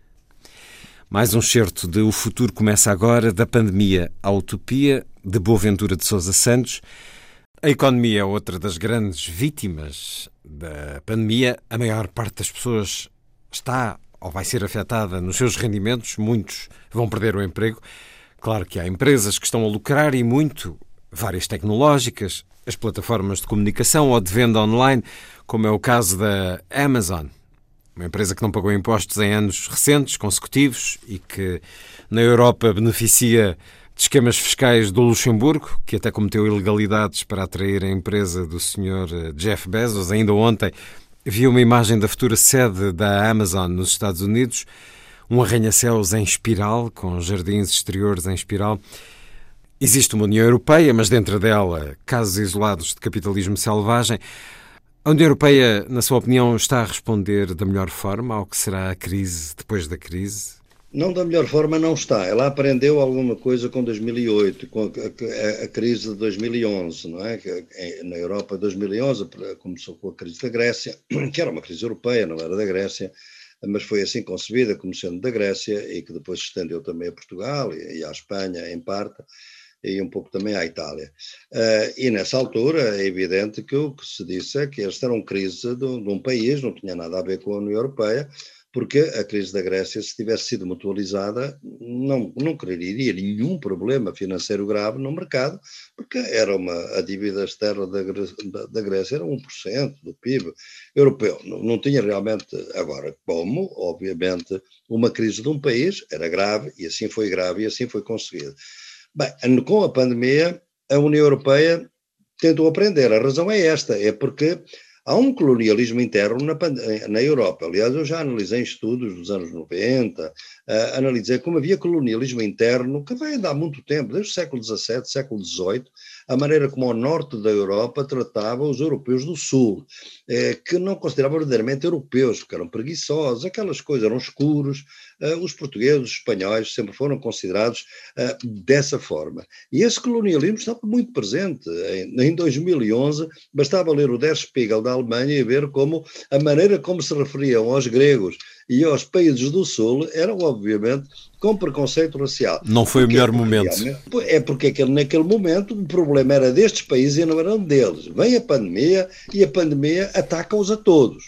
Mais um excerto de O Futuro Começa Agora, da pandemia à utopia, de Boaventura de Sousa Santos. A economia é outra das grandes vítimas da pandemia. A maior parte das pessoas está ou vai ser afetada nos seus rendimentos. Muitos vão perder o emprego. Claro que há empresas que estão a lucrar e muito, várias tecnológicas, as plataformas de comunicação ou de venda online, como é o caso da Amazon, uma empresa que não pagou impostos em anos recentes, consecutivos, e que na Europa beneficia de esquemas fiscais do Luxemburgo, que até cometeu ilegalidades para atrair a empresa do Sr. Jeff Bezos. Ainda ontem vi uma imagem da futura sede da Amazon nos Estados Unidos, um arranha-céus em espiral, com jardins exteriores em espiral. Existe uma União Europeia, mas dentro dela casos isolados de capitalismo selvagem. A União Europeia, na sua opinião, está a responder da melhor forma ao que será a crise depois da crise? Não da melhor forma, não está. Ela aprendeu alguma coisa com 2008, com a crise de 2011, não é? Na Europa, 2011, começou com a crise da Grécia, que era uma crise europeia, não era da Grécia, mas foi assim concebida como sendo da Grécia e que depois se estendeu também a Portugal e à Espanha, em parte, e um pouco também à Itália. E nessa altura é evidente que o que se disse é que esta era uma crise de um país, não tinha nada a ver com a União Europeia, porque a crise da Grécia, se tivesse sido mutualizada, não criaria nenhum problema financeiro grave no mercado, porque a dívida externa da Grécia era 1% do PIB europeu. Não tinha realmente, agora, como, obviamente, uma crise de um país era grave, e assim foi grave, e assim foi conseguido. Bem, com a pandemia, a União Europeia tentou aprender. A razão é esta, é porque há um colonialismo interno na Europa. Aliás, eu já analisei em estudos dos anos 90, analisei como havia colonialismo interno, que vem de há muito tempo, desde o século XVII, século XVIII, a maneira como o norte da Europa tratava os europeus do sul, que não consideravam verdadeiramente europeus, porque eram preguiçosos, aquelas coisas, eram escuros. Os portugueses, os espanhóis sempre foram considerados dessa forma. E esse colonialismo estava muito presente. Em 2011, bastava ler o Der Spiegel da Alemanha e ver como a maneira como se referiam aos gregos e aos países do Sul eram, obviamente, com preconceito racial. Não foi o melhor momento. É porque naquele momento o problema era destes países e não era deles. Vem a pandemia e a pandemia ataca-os a todos.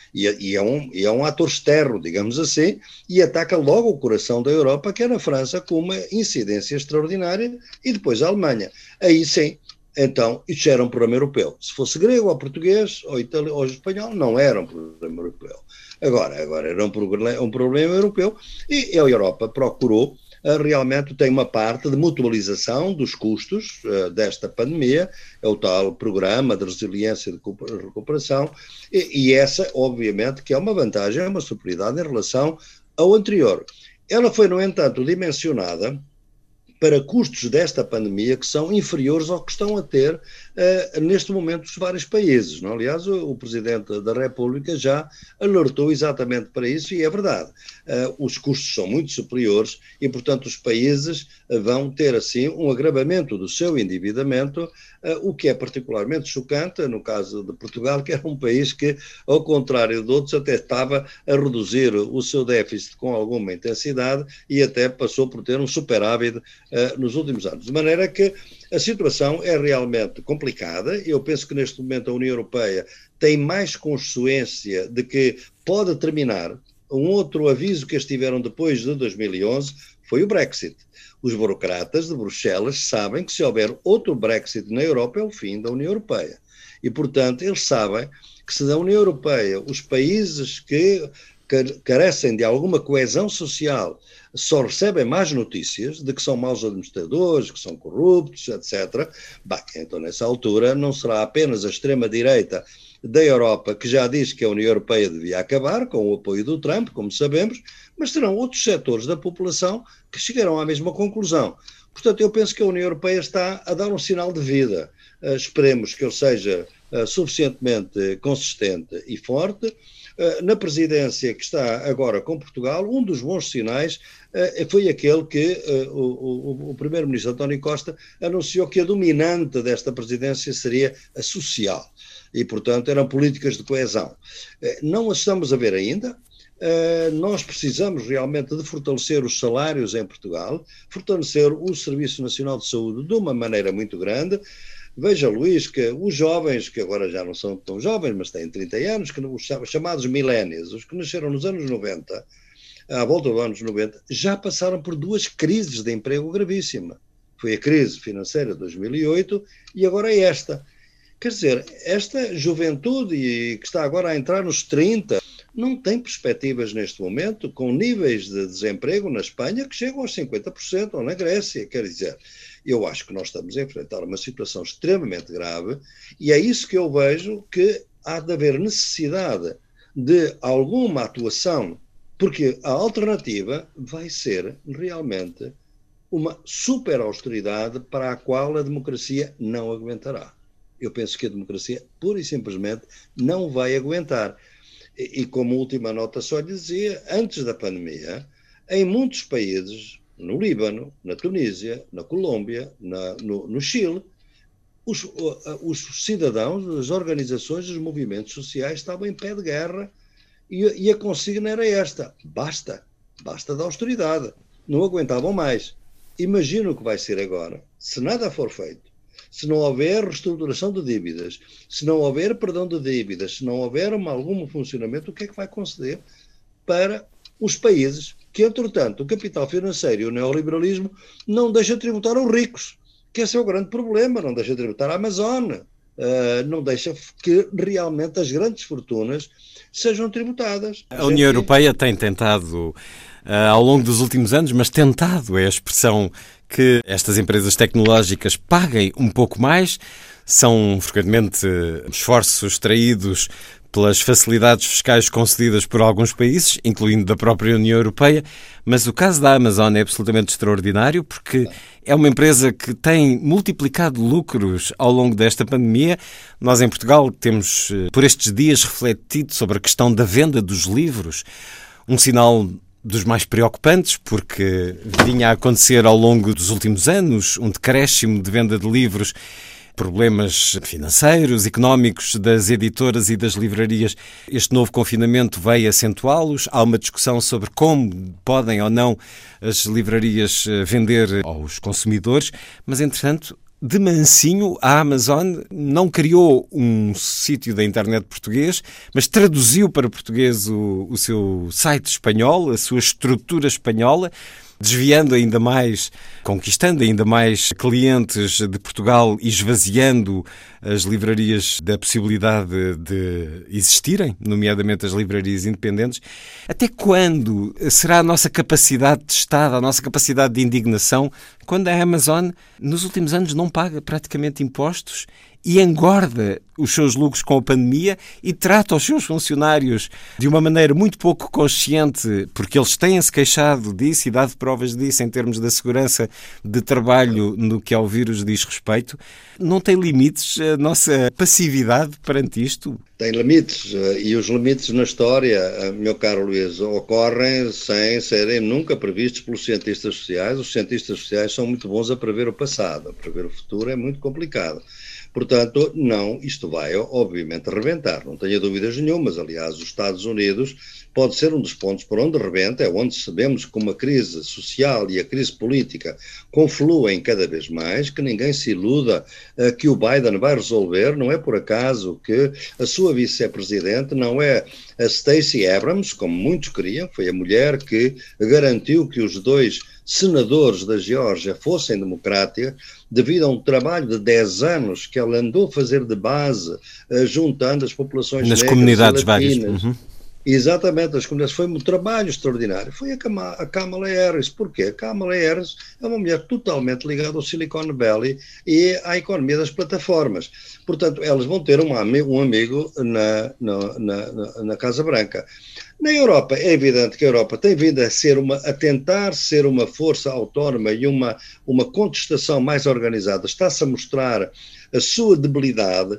E é um ator externo, digamos assim, e ataca logo o coração da Europa, que era a França, com uma incidência extraordinária, e depois a Alemanha. Aí sim, então, isto era um problema europeu. Se fosse grego ou português ou italiano ou espanhol, não era um problema europeu. Agora era um problema europeu, e a Europa procurou, realmente tem uma parte de mutualização dos custos desta pandemia, é o tal programa de resiliência e de recuperação, e essa, obviamente, que é uma vantagem, é uma superioridade em relação ao anterior. Ela foi, no entanto, dimensionada para custos desta pandemia que são inferiores ao que estão a ter neste momento os vários países. Não? Aliás, o Presidente da República já alertou exatamente para isso e é verdade. Os custos são muito superiores e, portanto, os países vão ter, assim, um agravamento do seu endividamento, o que é particularmente chocante no caso de Portugal, que era um país que, ao contrário de outros, até estava a reduzir o seu déficit com alguma intensidade e até passou por ter um superávit nos últimos anos. De maneira que a situação é realmente complicada. Eu penso que neste momento a União Europeia tem mais consciência de que pode terminar. Um outro aviso que eles tiveram depois de 2011 foi o Brexit. Os burocratas de Bruxelas sabem que se houver outro Brexit na Europa é o fim da União Europeia. E, portanto, eles sabem que se da União Europeia os países que carecem de alguma coesão social só recebem mais notícias de que são maus administradores, que são corruptos, etc., então nessa altura não será apenas a extrema-direita da Europa que já diz que a União Europeia devia acabar, com o apoio do Trump, como sabemos, mas serão outros setores da população que chegarão à mesma conclusão. Portanto, eu penso que a União Europeia está a dar um sinal de vida. Esperemos que ele seja suficientemente consistente e forte. Na presidência que está agora com Portugal, um dos bons sinais foi aquele que o primeiro-ministro António Costa anunciou que a dominante desta presidência seria a social e, portanto, eram políticas de coesão. Não as estamos a ver ainda. Nós precisamos realmente de fortalecer os salários em Portugal, fortalecer o Serviço Nacional de Saúde de uma maneira muito grande. Veja, Luís, que os jovens, que agora já não são tão jovens, mas têm 30 anos, que os chamados millennials, os que nasceram nos anos 90, à volta dos anos 90, já passaram por duas crises de emprego gravíssimas. Foi a crise financeira de 2008 e agora é esta. Quer dizer, esta juventude que está agora a entrar nos 30 não tem perspectivas neste momento, com níveis de desemprego na Espanha que chegam aos 50%, ou na Grécia, quer dizer. Eu acho que nós estamos a enfrentar uma situação extremamente grave e é isso que eu vejo que há de haver necessidade de alguma atuação, porque a alternativa vai ser realmente uma super austeridade para a qual a democracia não aguentará. Eu penso que a democracia, pura e simplesmente, não vai aguentar. E como última nota só dizia, antes da pandemia, em muitos países, no Líbano, na Tunísia, na Colômbia, no Chile, os cidadãos, as organizações, os movimentos sociais estavam em pé de guerra e a consigna era esta: basta da austeridade, não aguentavam mais. Imagina o que vai ser agora, se nada for feito, se não houver reestruturação de dívidas, se não houver perdão de dívidas, se não houver algum funcionamento, o que é que vai conceder para os países que, entretanto, o capital financeiro e o neoliberalismo não deixam tributar os ricos, que esse é o grande problema, não deixa tributar a Amazon, não deixa que realmente as grandes fortunas sejam tributadas. A União Europeia tem tentado, ao longo dos últimos anos, mas tentado é a expressão que estas empresas tecnológicas paguem um pouco mais. São frequentemente esforços traídos pelas facilidades fiscais concedidas por alguns países, incluindo da própria União Europeia, mas o caso da Amazon é absolutamente extraordinário porque é uma empresa que tem multiplicado lucros ao longo desta pandemia. Nós em Portugal temos, por estes dias, refletido sobre a questão da venda dos livros, um sinal dos mais preocupantes, porque vinha a acontecer ao longo dos últimos anos um decréscimo de venda de livros, problemas financeiros, económicos das editoras e das livrarias. Este novo confinamento veio acentuá-los. Há uma discussão sobre como podem ou não as livrarias vender aos consumidores, mas, entretanto, de mansinho, a Amazon não criou um sítio da internet português, mas traduziu para português o seu site espanhol, a sua estrutura espanhola, desviando ainda mais, conquistando ainda mais clientes de Portugal e esvaziando as livrarias da possibilidade de existirem, nomeadamente as livrarias independentes. Até quando será a nossa capacidade de Estado, a nossa capacidade de indignação, quando a Amazon, nos últimos anos, não paga praticamente impostos e engorda os seus lucros com a pandemia e trata os seus funcionários de uma maneira muito pouco consciente, porque eles têm-se queixado disso e dado provas disso em termos da segurança de trabalho no que ao vírus diz respeito. Não tem limites a nossa passividade perante isto? Tem limites, e os limites na história, meu caro Luís, ocorrem sem serem nunca previstos pelos cientistas sociais. Os cientistas sociais são muito bons a prever o passado, a prever o futuro é muito complicado. Portanto, não, isto vai obviamente rebentar, não tenho dúvidas nenhumas. Aliás, os Estados Unidos pode ser um dos pontos por onde rebenta, é onde sabemos que uma crise social e a crise política confluem cada vez mais, que ninguém se iluda que o Biden vai resolver. Não é por acaso que a sua vice-presidente não é a Stacey Abrams, como muitos queriam, foi a mulher que garantiu que os 2 senadores da Geórgia fossem democráticos, devido a um trabalho de 10 anos que ela andou a fazer de base, juntando as populações nas negras comunidades e latinas. várias. Uhum. Exatamente, as comunidades. Foi um trabalho extraordinário. Foi a Kamala Harris. Porquê? A Kamala Harris é uma mulher totalmente ligada ao Silicon Valley e à economia das plataformas. Portanto, elas vão ter um amigo na Casa Branca. Na Europa, é evidente que a Europa tem vindo a tentar ser uma força autónoma e uma contestação mais organizada. Está-se a mostrar a sua debilidade.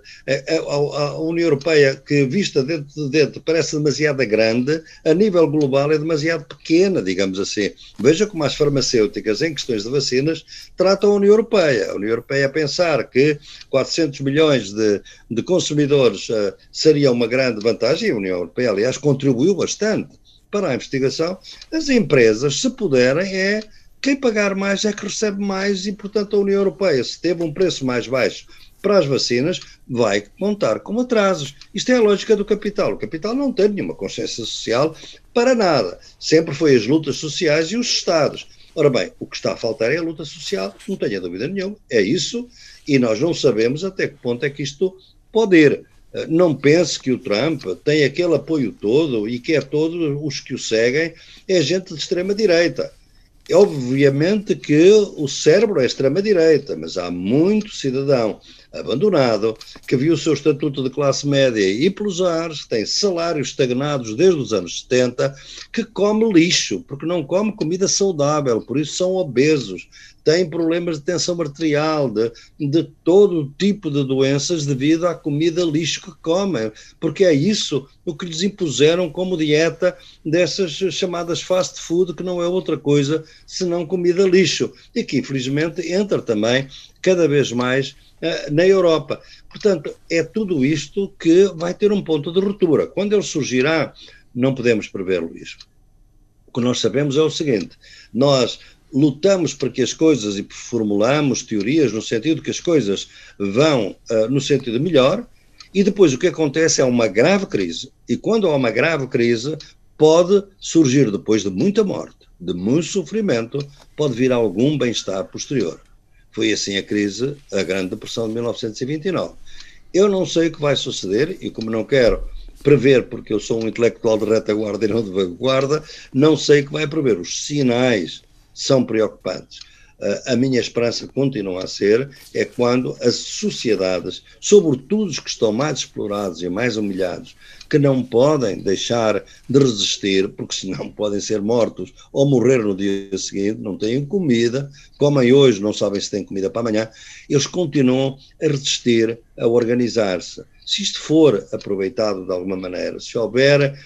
A União Europeia, que vista dentro de dentro parece demasiado grande, a nível global é demasiado pequena, digamos assim. Veja como as farmacêuticas, em questões de vacinas, tratam a União Europeia. A União Europeia a pensar que 400 milhões de consumidores seria uma grande vantagem, e a União Europeia, aliás, contribuiu bastante para a investigação. As empresas, se puderem, quem pagar mais é que recebe mais, e, portanto, a União Europeia, se teve um preço mais baixo para as vacinas, vai contar com atrasos. Isto é a lógica do capital. O capital não tem nenhuma consciência social para nada. Sempre foi as lutas sociais e os Estados. Ora bem, o que está a faltar é a luta social, não tenha dúvida nenhuma. É isso, e nós não sabemos até que ponto é que isto pode ir. Não pense que o Trump tem aquele apoio todo e que todos os que o seguem é gente de extrema-direita. Obviamente que o cérebro é extrema-direita, mas há muito cidadão abandonado que viu o seu estatuto de classe média ir pelos ares, que tem salários estagnados desde os anos 70, que come lixo, porque não come comida saudável, por isso são obesos, têm problemas de tensão arterial, de todo tipo de doenças devido à comida lixo que comem, porque é isso o que lhes impuseram como dieta dessas chamadas fast food, que não é outra coisa senão comida lixo, e que infelizmente entra também cada vez mais na Europa. Portanto, é tudo isto que vai ter um ponto de ruptura. Quando ele surgirá, não podemos prever, Luís. O que nós sabemos é o seguinte: nós lutamos para que as coisas, e formulamos teorias no sentido que as coisas vão no sentido melhor, e depois o que acontece é uma grave crise, e quando há uma grave crise, pode surgir, depois de muita morte, de muito sofrimento, pode vir algum bem-estar posterior. Foi assim a Grande Depressão de 1929. Eu não sei o que vai suceder, e como não quero prever, porque eu sou um intelectual de retaguarda e não de vanguarda, não sei o que vai prever. Os sinais são preocupantes. A minha esperança continua a ser, é quando as sociedades, sobretudo os que estão mais explorados e mais humilhados, que não podem deixar de resistir, porque senão podem ser mortos ou morrer no dia seguinte, não têm comida, comem hoje, não sabem se têm comida para amanhã, eles continuam a resistir, a organizar-se. Se isto for aproveitado de alguma maneira, se houver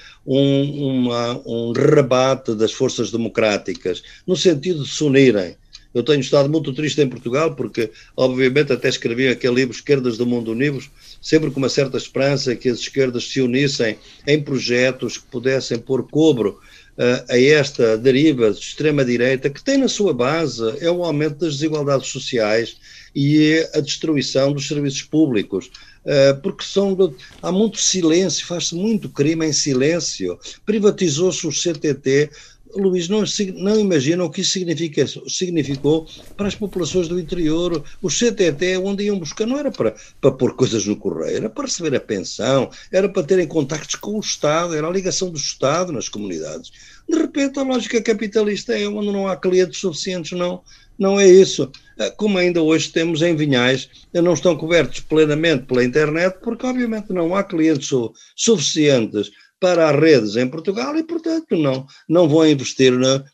um rebate das forças democráticas, no sentido de se unirem. Eu tenho estado muito triste em Portugal porque, obviamente, até escrevi aquele livro Esquerdas do Mundo Unidos, sempre com uma certa esperança que as esquerdas se unissem em projetos que pudessem pôr cobro a esta deriva de extrema-direita, que tem na sua base o aumento das desigualdades sociais e a destruição dos serviços públicos. Porque há muito silêncio, faz-se muito crime em silêncio. Privatizou-se o CTT, Luís, não imaginam o que isso significou para as populações do interior. O CTT, onde iam buscar, não era para pôr coisas no correio, era para receber a pensão, era para terem contactos com o Estado, era a ligação do Estado nas comunidades. De repente, a lógica capitalista é onde não há clientes suficientes, não é isso. Como ainda hoje temos em Vinhais, não estão cobertos plenamente pela internet, porque obviamente não há clientes suficientes para as redes em Portugal e, portanto, não vão investir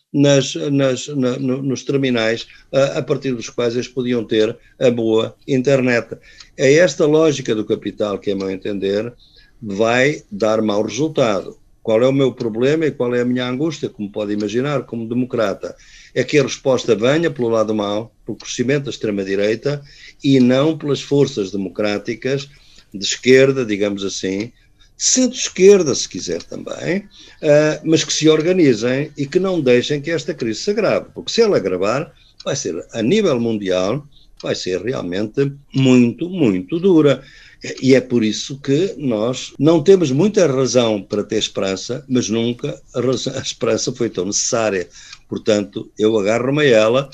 nos terminais a partir dos quais eles podiam ter a boa internet. É esta lógica do capital que, a meu entender, vai dar mau resultado. Qual é o meu problema e qual é a minha angústia, como pode imaginar, como democrata? É que a resposta venha pelo lado mau, pelo crescimento da extrema-direita e não pelas forças democráticas de esquerda, digamos assim, centro-esquerda, se quiser também, mas que se organizem e que não deixem que esta crise se agrave, porque se ela agravar, vai ser, a nível mundial, vai ser realmente muito, muito dura. E é por isso que nós não temos muita razão para ter esperança, mas nunca a esperança foi tão necessária. Portanto, eu agarro-me a ela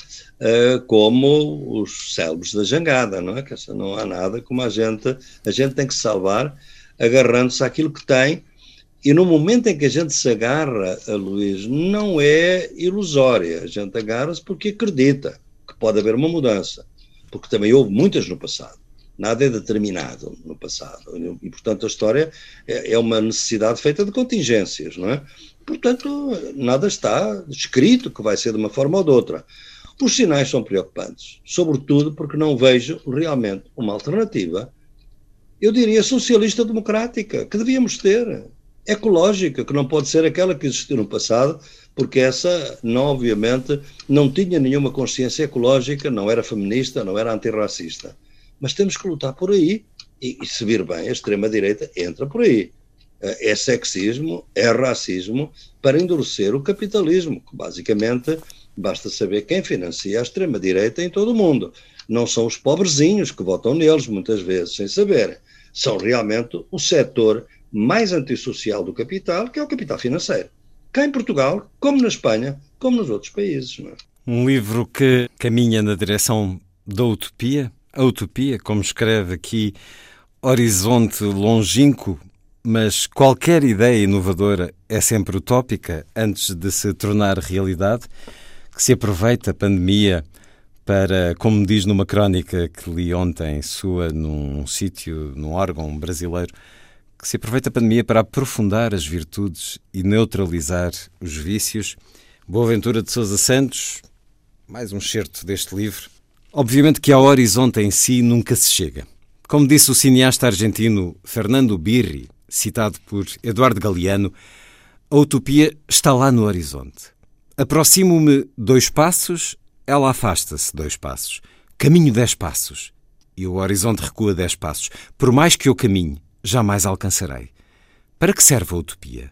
como os cérebros da jangada, não é? Que não há nada como a gente tem que se salvar agarrando-se àquilo que tem, e no momento em que a gente se agarra, Luís, não é ilusória, a gente agarra-se porque acredita que pode haver uma mudança, porque também houve muitas no passado, nada é determinado no passado, e portanto a história é uma necessidade feita de contingências, não é? Portanto, nada está escrito que vai ser de uma forma ou de outra. Os sinais são preocupantes, sobretudo porque não vejo realmente uma alternativa, eu diria socialista-democrática, que devíamos ter, ecológica, que não pode ser aquela que existiu no passado, porque essa, obviamente, não tinha nenhuma consciência ecológica, não era feminista, não era antirracista. Mas temos que lutar por aí, e se vir bem, a extrema-direita entra por aí. É sexismo, é racismo, para endurecer o capitalismo, que basicamente basta saber quem financia a extrema-direita em todo o mundo. Não são os pobrezinhos que votam neles, muitas vezes, sem saber. São realmente o setor mais antissocial do capital, que é o capital financeiro. Cá em Portugal, como na Espanha, como nos outros países. Não é? Um livro que caminha na direção da utopia. A utopia, como escreve aqui, horizonte longínquo, mas qualquer ideia inovadora é sempre utópica antes de se tornar realidade, que se aproveita a pandemia para, como diz numa crónica que li ontem, sua num sítio, num órgão brasileiro, que se aproveita a pandemia para aprofundar as virtudes e neutralizar os vícios. Boaventura de Sousa Santos, mais um excerto deste livro. Obviamente que ao horizonte em si nunca se chega. Como disse o cineasta argentino Fernando Birri, citado por Eduardo Galeano, a utopia está lá no horizonte. Aproximo-me 2 passos, ela afasta-se 2 passos. Caminho 10 passos. E o horizonte recua 10 passos. Por mais que eu caminhe, jamais alcançarei. Para que serve a utopia?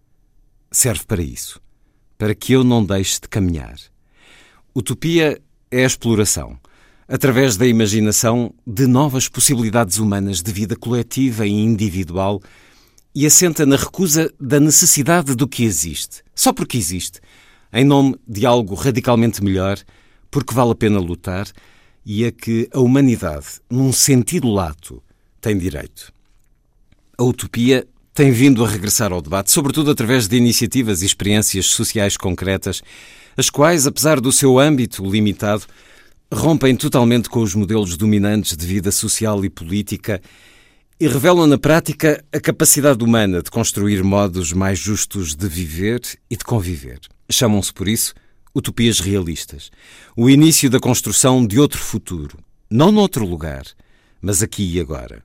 Serve para isso. Para que eu não deixe de caminhar. Utopia é a exploração, através da imaginação, de novas possibilidades humanas de vida coletiva e individual, e assenta na recusa da necessidade do que existe, só porque existe, em nome de algo radicalmente melhor, porque vale a pena lutar e a que a humanidade, num sentido lato, tem direito. A utopia tem vindo a regressar ao debate, sobretudo através de iniciativas e experiências sociais concretas, as quais, apesar do seu âmbito limitado, rompem totalmente com os modelos dominantes de vida social e política e revelam na prática a capacidade humana de construir modos mais justos de viver e de conviver. Chamam-se, por isso, utopias realistas. O início da construção de outro futuro, não noutro lugar, mas aqui e agora.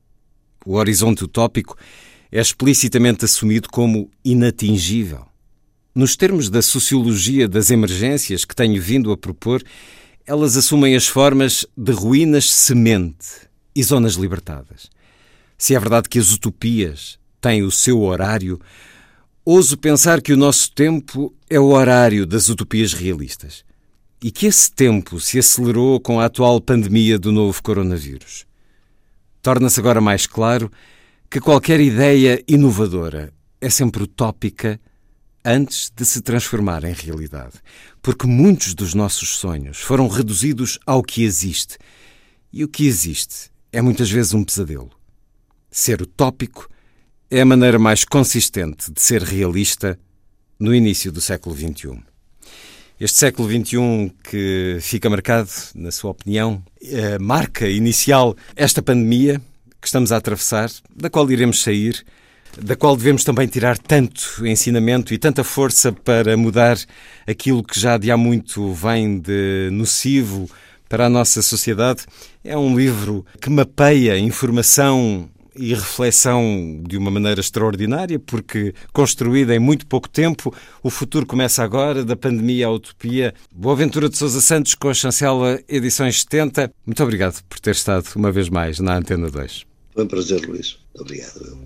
O horizonte utópico é explicitamente assumido como inatingível. Nos termos da sociologia das emergências que tenho vindo a propor, elas assumem as formas de ruínas semente e zonas libertadas. Se é verdade que as utopias têm o seu horário, ouso pensar que o nosso tempo é o horário das utopias realistas e que esse tempo se acelerou com a atual pandemia do novo coronavírus. Torna-se agora mais claro que qualquer ideia inovadora é sempre utópica antes de se transformar em realidade. Porque muitos dos nossos sonhos foram reduzidos ao que existe. E o que existe é muitas vezes um pesadelo. Ser utópico é a maneira mais consistente de ser realista no início do século XXI. Este século XXI que fica marcado, na sua opinião, a marca inicial, esta pandemia que estamos a atravessar, da qual iremos sair, da qual devemos também tirar tanto ensinamento e tanta força para mudar aquilo que já de há muito vem de nocivo para a nossa sociedade. É um livro que mapeia informação e reflexão de uma maneira extraordinária, porque construída em muito pouco tempo. O futuro começa agora, da pandemia à utopia. Boaventura de Sousa Santos, com a chancela Edições 70. Muito obrigado por ter estado uma vez mais na Antena 2. Foi um prazer, Luís. Obrigado.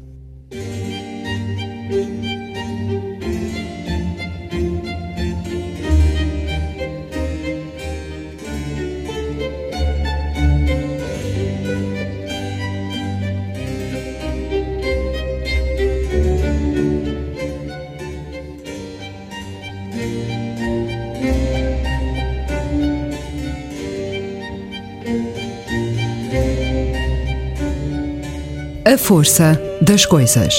A força das coisas.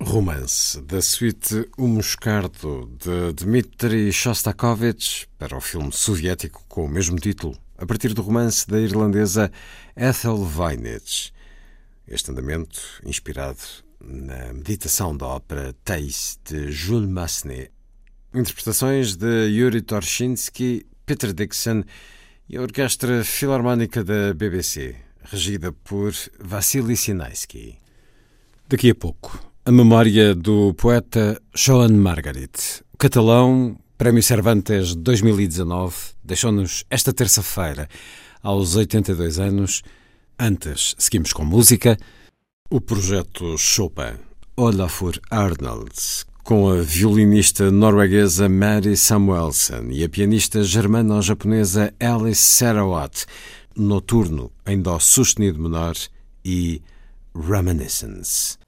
Romance, da suíte O Moscardo, de Dmitri Shostakovich, para o filme soviético com o mesmo título, a partir do romance da irlandesa Ethel Voynich. Este andamento, inspirado na meditação da ópera Thais, de Jules Massenet. Interpretações de Yuri Torshinsky, Peter Dixon e a Orquestra Filarmónica da BBC, regida por Vassili Sinaisky. Daqui a pouco, a memória do poeta Joan Margarit. O catalão, Prémio Cervantes 2019, deixou-nos esta terça-feira, aos 82 anos. Antes, seguimos com música. O projeto Chopin, Olafur Arnold, com a violinista norueguesa Mary Samuelson e a pianista germano-japonesa Alice Sarawat, Noturno em Dó sustenido menor e Reminiscence.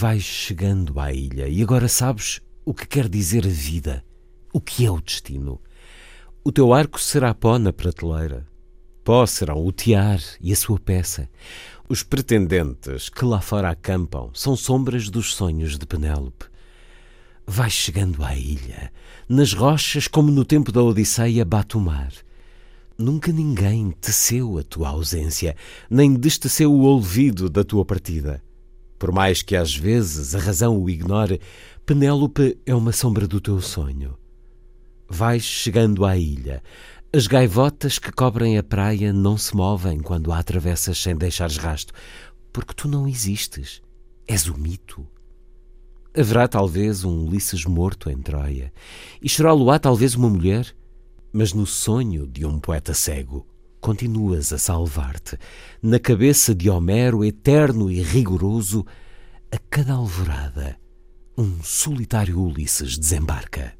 vais chegando à ilha e agora sabes o que quer dizer a vida, o que é o destino. O teu arco será pó na prateleira. Pó serão o tiar e a sua peça. Os pretendentes que lá fora acampam são sombras dos sonhos de Penélope. Vais chegando à ilha. Nas rochas, como no tempo da Odisseia, bate o mar. Nunca ninguém teceu a tua ausência, nem desteceu o olvido da tua partida. Por mais que às vezes a razão o ignore, Penélope é uma sombra do teu sonho. Vais chegando à ilha. As gaivotas que cobrem a praia não se movem quando a atravessas sem deixares rasto, porque tu não existes. És o mito. Haverá talvez um Ulisses morto em Troia, e chorá-lo-á talvez uma mulher, mas no sonho de um poeta cego continuas a salvar-te. Na cabeça de Homero, eterno e rigoroso, a cada alvorada, um solitário Ulisses desembarca.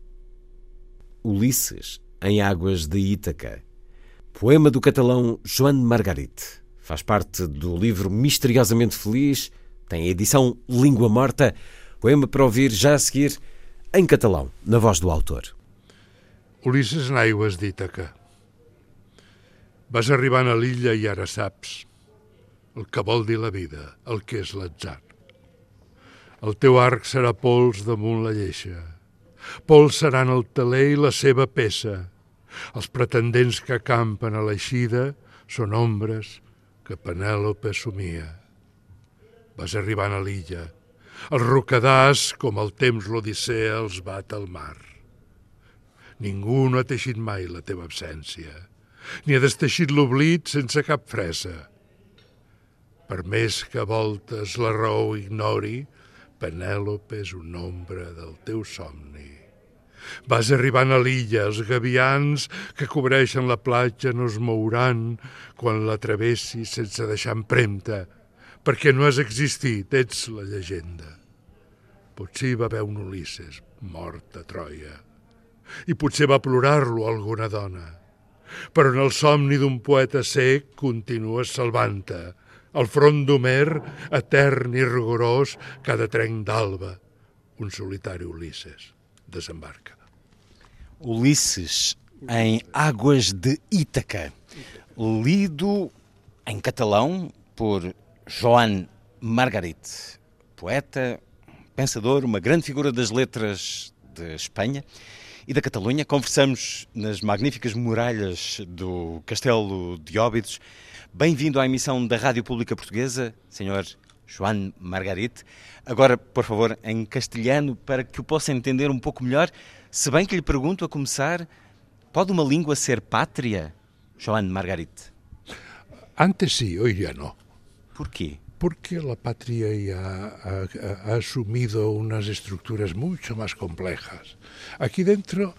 Ulisses, em águas de Ítaca. Poema do catalão Joan Margarit. Faz parte do livro Misteriosamente Feliz. Tem a edição Língua Morta. Poema para ouvir já a seguir, em catalão, na voz do autor. Ulisses en aigües d'Ítaca. Vas arribant a l'illa i ara saps el que vol dir la vida, el que és l'atzar. El teu arc serà pols damunt la lleixa. Pols seran el teler i la seva peça. Els pretendents que acampen a l'eixida són ombres que Penèlope somia. Vas arribant a l'illa. Els rocadars, com el temps l'Odissea, els bat al mar. Ningú no ha teixit mai la teva absència, ni ha desteixit l'oblit sense cap fressa. Per més que voltes la raó ignori, Penèlope és una ombra del teu somni. Vas arribant a l'illa, els gavians que cobreixen la platja no es mouran quan la travessis sense deixar empremta, perquè no has existit, ets la llegenda. Potser hi va haver un Ulisses mort a Troia, i potser va plorar-lo alguna dona, però en el somni d'un poeta cec continues salvant-te. Al front d'Homer, etern i rigorós, cada trenc d'alba, un solitari Ulisses desembarca. Ulisses em Águas de Ítaca, lido em catalão por Joan Margarit, poeta, pensador, uma grande figura das letras de Espanha e da Catalunha. Conversamos nas magníficas muralhas do Castelo de Óbidos. Bem-vindo à emissão da Rádio Pública Portuguesa, Sr. Joan Margarit. Agora, por favor, em castelhano, para que o possa entender um pouco melhor, se bem que lhe pergunto a começar, pode uma língua ser pátria, Joan Margarit? Antes sí, hoy ya no. ¿Por qué? Porque la patria ya ha asumido unas estructuras mucho más complejas. Aquí dentro,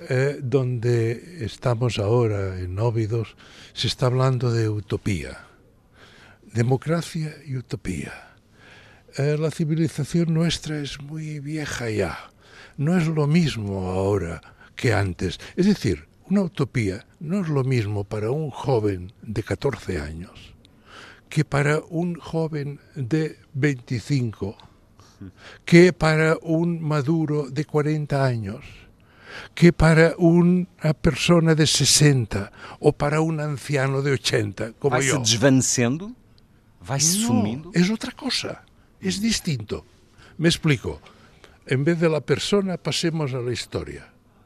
donde estamos ahora, en Óbidos, se está hablando de utopía. Democracia y utopía. La civilización nuestra es muy vieja ya. No es lo mismo ahora que antes. Es decir, una utopía no es lo mismo para un joven de 14 años que para un joven de 25, que para un maduro de 40 años, que para una persona de 60 o para un anciano de 80, como ¿Vai-se yo. desvanecendo? ¿Vai-se sumindo? Es otra cosa, es distinto. Me explico. En vez de la persona, pasemos a la historia.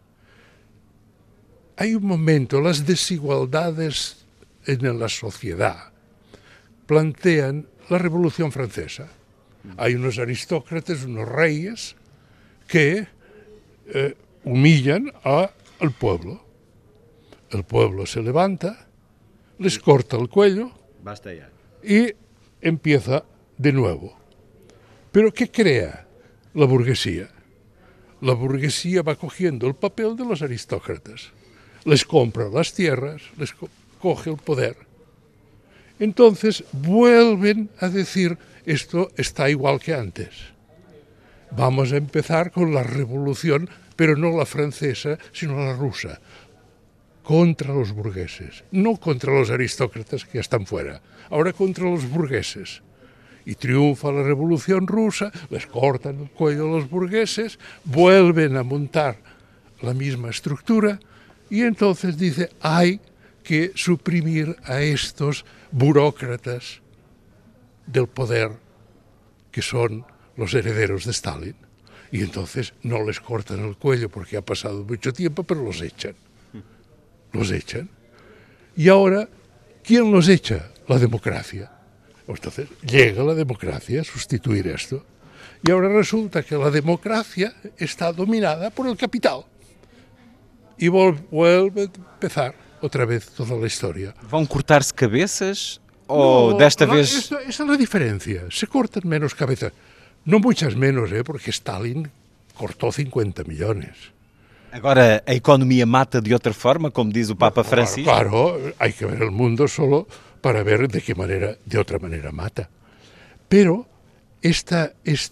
Hay un momento, las desigualdades en la sociedad plantean la Revolución Francesa. Hay unos aristócratas, unos reyes, que humillan al pueblo. El pueblo se levanta, les corta el cuello Basta ya. y empieza de nuevo. ¿Pero qué crea la burguesía? La burguesía va cogiendo el papel de los aristócratas. Les compra las tierras, les coge el poder. Entonces vuelven a decir, esto está igual que antes. Vamos a empezar con la revolución, pero no la francesa, sino la rusa, contra los burgueses, no contra los aristócratas que ya están fuera, ahora contra los burgueses. Y triunfa la Revolución Rusa, les cortan el cuello a los burgueses, vuelven a montar la misma estructura y entonces dice, hay que suprimir a estos burócratas del poder que son los herederos de Stalin. Y entonces no les cortan el cuello porque ha pasado mucho tiempo, pero los echan. Los echan. Y ahora, ¿quién los echa? La democracia. Entonces llega la democracia a sustituir esto. Y ahora resulta que la democracia está dominada por el capital. Y vuelve a empezar otra vez toda la historia. Vão cortar-se cabeças ou desta vez... Esa es la diferencia. Se cortan menos cabezas. No muchas menos, porque Stalin cortó 50 millones. Agora a economia mata de outra forma, como diz o Papa Francisco? Claro, hay que ver el mundo solo para ver de qué manera, de otra manera mata. Pero esta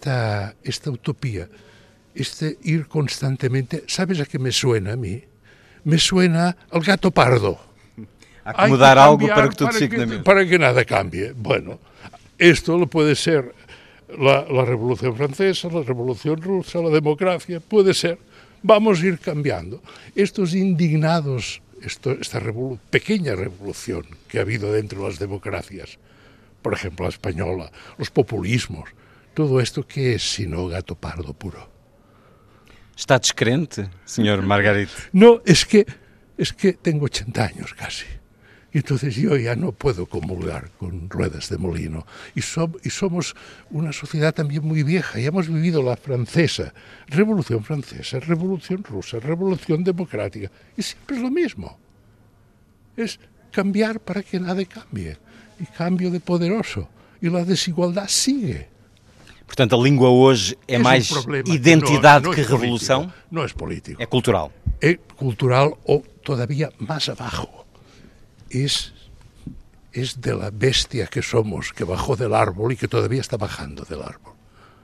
utopía, ir constantemente, ¿sabes a qué me suena a mí? Me suena al gato pardo. Há que mudar algo para que tudo fique na mesma. Para que nada cambie. Bueno, esto lo puede ser la Revolución Francesa, la Revolución Rusa, la democracia, puede ser. Vamos a ir cambiando. Estos indignados, esta pequeña revolución que ha habido dentro de las democracias, por ejemplo la española, los populismos, todo esto, ¿qué es sino gato pardo puro? Está descrente, Sr. Margarito? No, es que tengo 80 años casi. Y entonces yo ya no puedo comulgar con ruedas de molino. Y somos una sociedad también muy vieja. Ya hemos vivido la Revolución Francesa, Revolución Rusa, Revolución Democrática. Y siempre es lo mismo. Es cambiar para que nada cambie. Y cambio de poderoso. Y la desigualdad sigue. Portanto, a língua hoje é mais identidade que revolução? Não é político. É cultural. É cultural ou todavía más abajo. Es de la bestia que somos, que bajó del árbol y que todavía está bajando del árbol.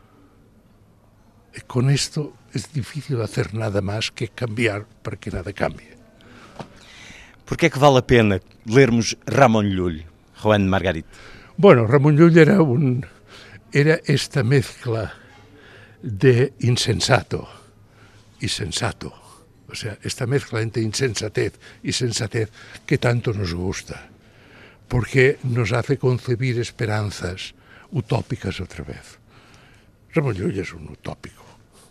Y con esto es difícil hacer nada más que cambiar para que nada cambie. Por que é que vale a pena lermos Ramon Llull, Juan Margarito? Bueno, Ramon Llull era esta mezcla de insensato y sensato. O sea, esta mezcla entre insensatez y sensatez que tanto nos gusta, porque nos hace concebir esperanzas utópicas otra vez. Ramon Llull es un utópico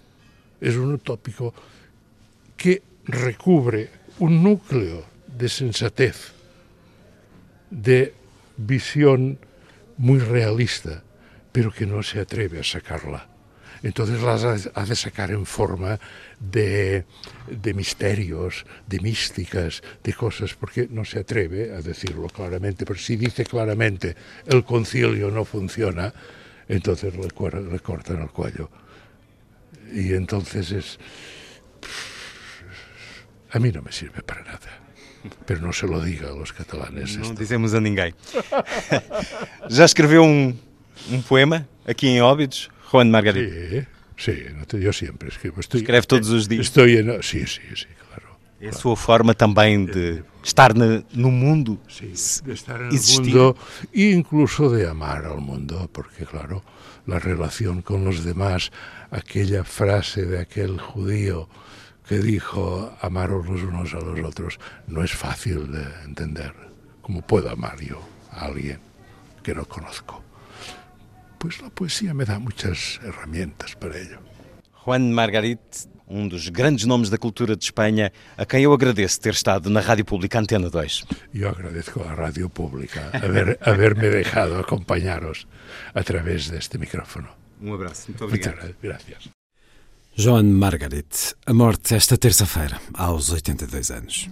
que recubre un núcleo de sensatez, de visión muy realista, pero que no se atreve a sacarla. Entonces las hace sacar en forma de misterios, de místicas, de cosas, porque no se atreve a decirlo claramente. Pero si dice claramente el concilio no funciona, entonces le cortan el cuello. Y entonces a mí no me sirve para nada. Pero não se lo diga aos catalanes. Não dizemos a ninguém. Já escreveu um poema aqui em Óbidos, Juan Margarito? Sí, yo siempre escribo. Escreve todos os dias? Sí, claro. É a sua forma também de estar no mundo? Sí, de estar en el mundo e incluso de amar al mundo, porque claro, la relación con los demás, aquella frase de aquel judío que dijo amaros los unos a los otros, no es fácil de entender. ¿Cómo puedo amar yo a alguien que no conozco? Pues la poesía me da muchas herramientas para ello. Juan Margarito, dos grandes nomes da cultura de Espanha, a quem eu agradeço ter estado na Rádio Pública Antena 2. Yo agradezco a la Radio Pública haberme dejado acompañaros a través de este micrófono. Abraço, muito obrigado. Muchas gracias. Joan Margarit, a morte esta terça-feira, aos 82 anos.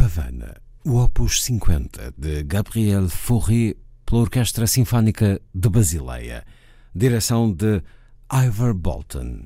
Havana, o Opus 50 de Gabriel Fauré pela Orquestra Sinfónica de Basileia, direção de Ivor Bolton.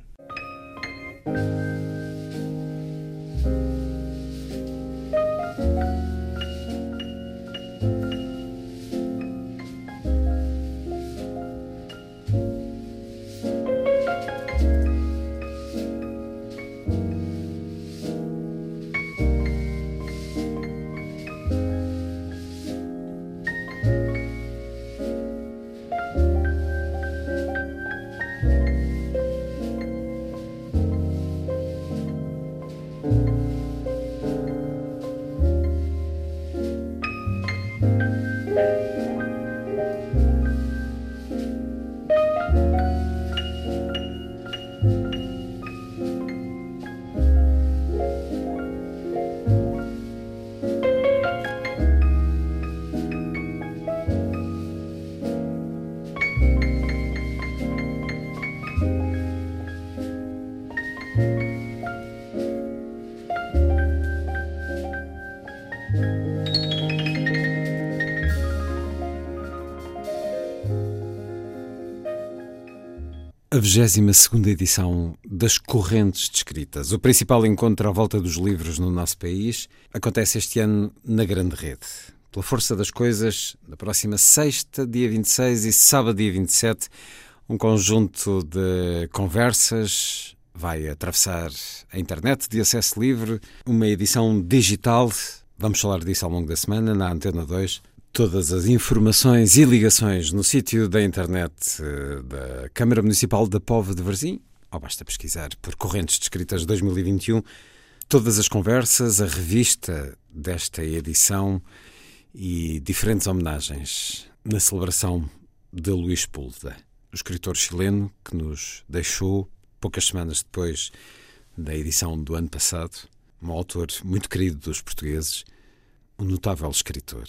A 22ª edição das Correntes Descritas, o principal encontro à volta dos livros no nosso país, acontece este ano na Grande Rede. Pela força das coisas, na próxima sexta, dia 26 e sábado, dia 27, um conjunto de conversas vai atravessar a internet de acesso livre, uma edição digital, vamos falar disso ao longo da semana, na Antena 2, todas as informações e ligações no sítio da internet da Câmara Municipal da Póvoa de Varzim, ou basta pesquisar por Correntes Descritas 2021, todas as conversas, a revista desta edição e diferentes homenagens na celebração de Luís Sepúlveda, o escritor chileno que nos deixou poucas semanas depois da edição do ano passado, um autor muito querido dos portugueses, um notável escritor.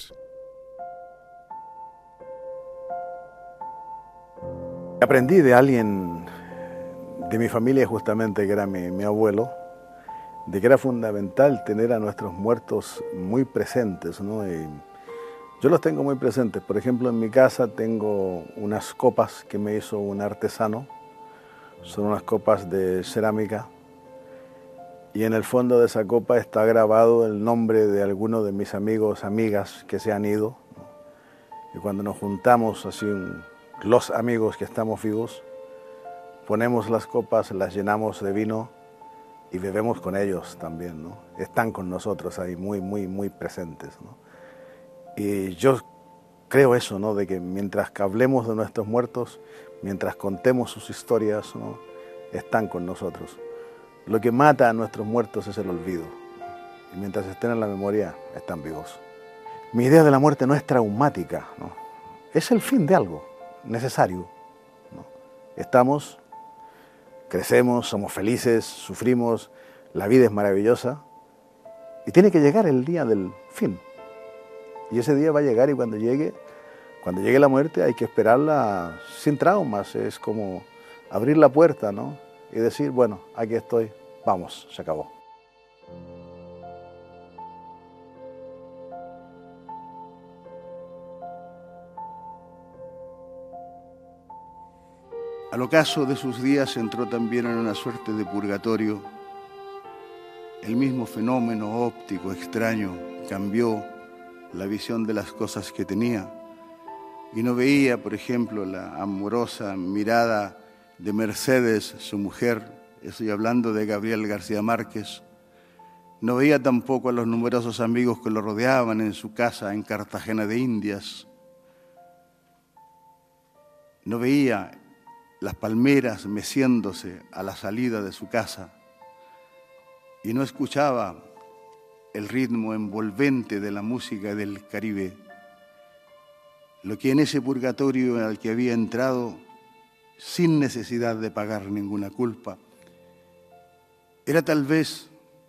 Aprendí de alguien de mi familia, justamente que era mi abuelo, de que era fundamental tener a nuestros muertos muy presentes, ¿no? Y yo los tengo muy presentes. Por ejemplo, en mi casa tengo unas copas que me hizo un artesano. Son unas copas de cerámica. Y en el fondo de esa copa está grabado el nombre de alguno de mis amigos, amigas que se han ido, ¿no? Y cuando nos juntamos así, los amigos que estamos vivos, ponemos las copas, las llenamos de vino y bebemos con ellos también, ¿no? Están con nosotros ahí muy, muy, muy presentes, ¿no? Y yo creo eso, ¿no? De que mientras que hablemos de nuestros muertos, mientras contemos sus historias, ¿no? Están con nosotros. Lo que mata a nuestros muertos es el olvido. Y mientras estén en la memoria, están vivos. Mi idea de la muerte no es traumática, ¿no? Es el fin de algo necesario, ¿no? Estamos, crecemos, somos felices, sufrimos, la vida es maravillosa y tiene que llegar el día del fin. Y ese día va a llegar y cuando llegue la muerte hay que esperarla sin traumas, es como abrir la puerta, ¿no? Y decir, bueno, aquí estoy, vamos, se acabó. Al ocaso de sus días entró también en una suerte de purgatorio. El mismo fenómeno óptico extraño cambió la visión de las cosas que tenía y no veía, por ejemplo, la amorosa mirada de Mercedes, su mujer, estoy hablando de Gabriel García Márquez. No veía tampoco a los numerosos amigos que lo rodeaban en su casa en Cartagena de Indias. No veía las palmeras meciéndose a la salida de su casa y no escuchaba el ritmo envolvente de la música del Caribe. Lo que en ese purgatorio al que había entrado, sin necesidad de pagar ninguna culpa, era tal vez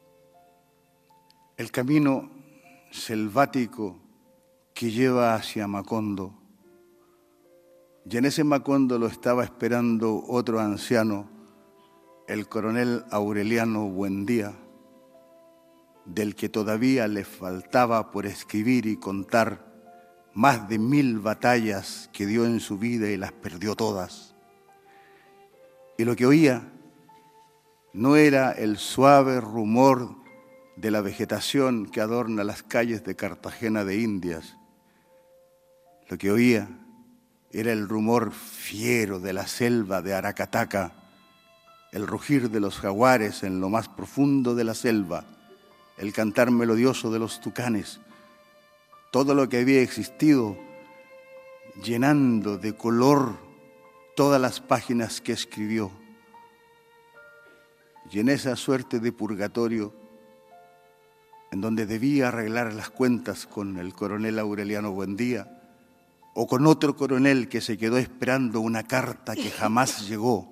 el camino selvático que lleva hacia Macondo. Y en ese Macondo lo estaba esperando otro anciano, el coronel Aureliano Buendía. del que todavía le faltaba por escribir y contar más de 1000 batallas que dio en su vida y las perdió todas. Y lo que oía no era el suave rumor de la vegetación que adorna las calles de Cartagena de Indias. Lo que oía era el rumor fiero de la selva de Aracataca, el rugir de los jaguares en lo más profundo de la selva, el cantar melodioso de los tucanes, todo lo que había existido, llenando de color todas las páginas que escribió. Y en esa suerte de purgatorio, en donde debía arreglar las cuentas con el coronel Aureliano Buendía, o con otro coronel que se quedó esperando una carta que jamás llegó,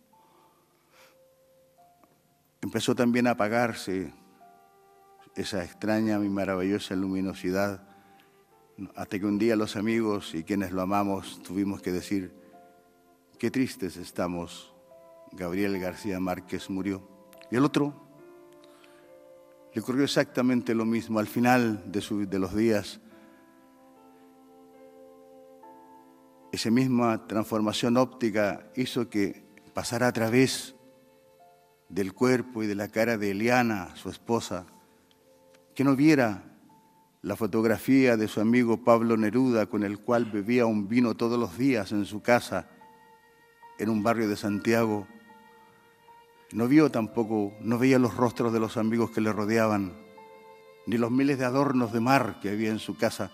empezó también a apagarse esa extraña y maravillosa luminosidad, hasta que un día los amigos y quienes lo amamos tuvimos que decir: qué tristes estamos, Gabriel García Márquez murió. Y el otro le ocurrió exactamente lo mismo. Al final de los días, esa misma transformación óptica hizo que pasara a través del cuerpo y de la cara de Eliana, su esposa, que no viera la fotografía de su amigo Pablo Neruda, con el cual bebía un vino todos los días en su casa, en un barrio de Santiago. No vio tampoco, no veía los rostros de los amigos que le rodeaban, ni los miles de adornos de mar que había en su casa,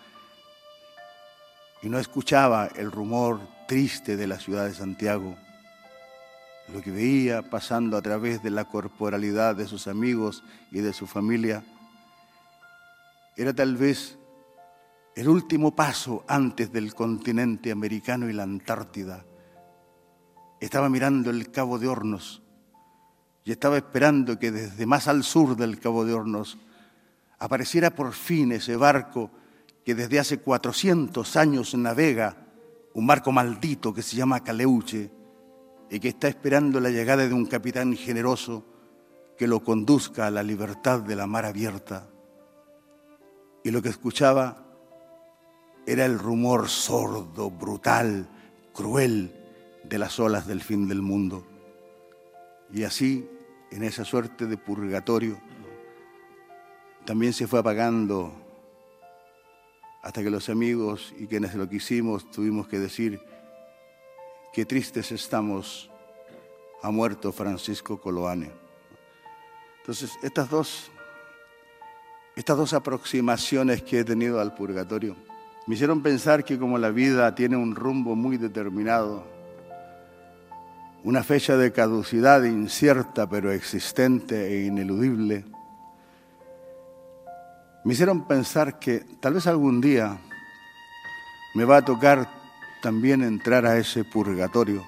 y no escuchaba el rumor triste de la ciudad de Santiago. Lo que veía pasando a través de la corporalidad de sus amigos y de su familia era tal vez el último paso antes del continente americano y la Antártida. Estaba mirando el Cabo de Hornos y estaba esperando que desde más al sur del Cabo de Hornos apareciera por fin ese barco que desde hace 400 años navega, un barco maldito que se llama Caleuche, y que está esperando la llegada de un capitán generoso que lo conduzca a la libertad de la mar abierta. Y lo que escuchaba era el rumor sordo, brutal, cruel de las olas del fin del mundo. Y así, en esa suerte de purgatorio, también se fue apagando hasta que los amigos y quienes lo quisimos tuvimos que decir: qué tristes estamos, ha muerto Francisco Coloane. Entonces, estas dos aproximaciones que he tenido al purgatorio me hicieron pensar que como la vida tiene un rumbo muy determinado, una fecha de caducidad incierta pero existente e ineludible, me hicieron pensar que tal vez algún día me va a tocar también entrar a ese purgatorio.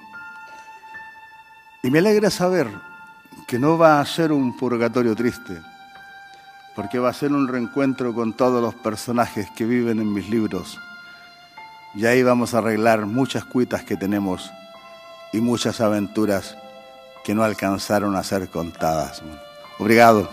Y me alegra saber que no va a ser un purgatorio triste, porque va a ser un reencuentro con todos los personajes que viven en mis libros. Y ahí vamos a arreglar muchas cuitas que tenemos y muchas aventuras que no alcanzaron a ser contadas. Obrigado.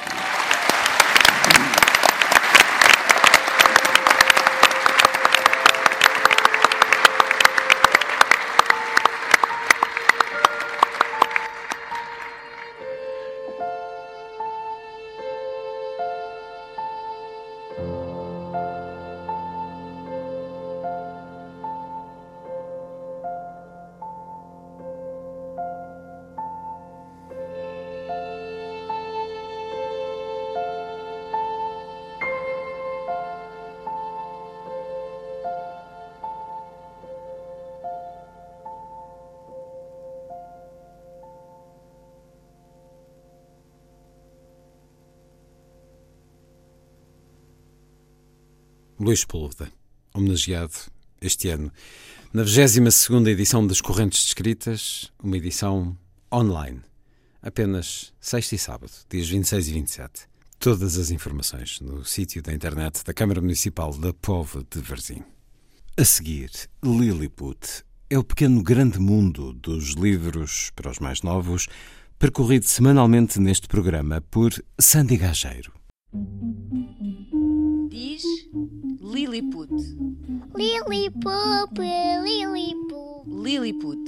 Luís Sepúlveda, homenageado este ano na 22ª edição das Correntes de Escritas, uma edição online, apenas sexta e sábado, dias 26 e 27. Todas as informações no sítio da internet da Câmara Municipal da Póvoa de Varzim. A seguir, Lilliput é o pequeno grande mundo dos livros para os mais novos, percorrido semanalmente neste programa por Sandy Gageiro. Diz Lilliput. Lilliput, Lilliput. Lilliput.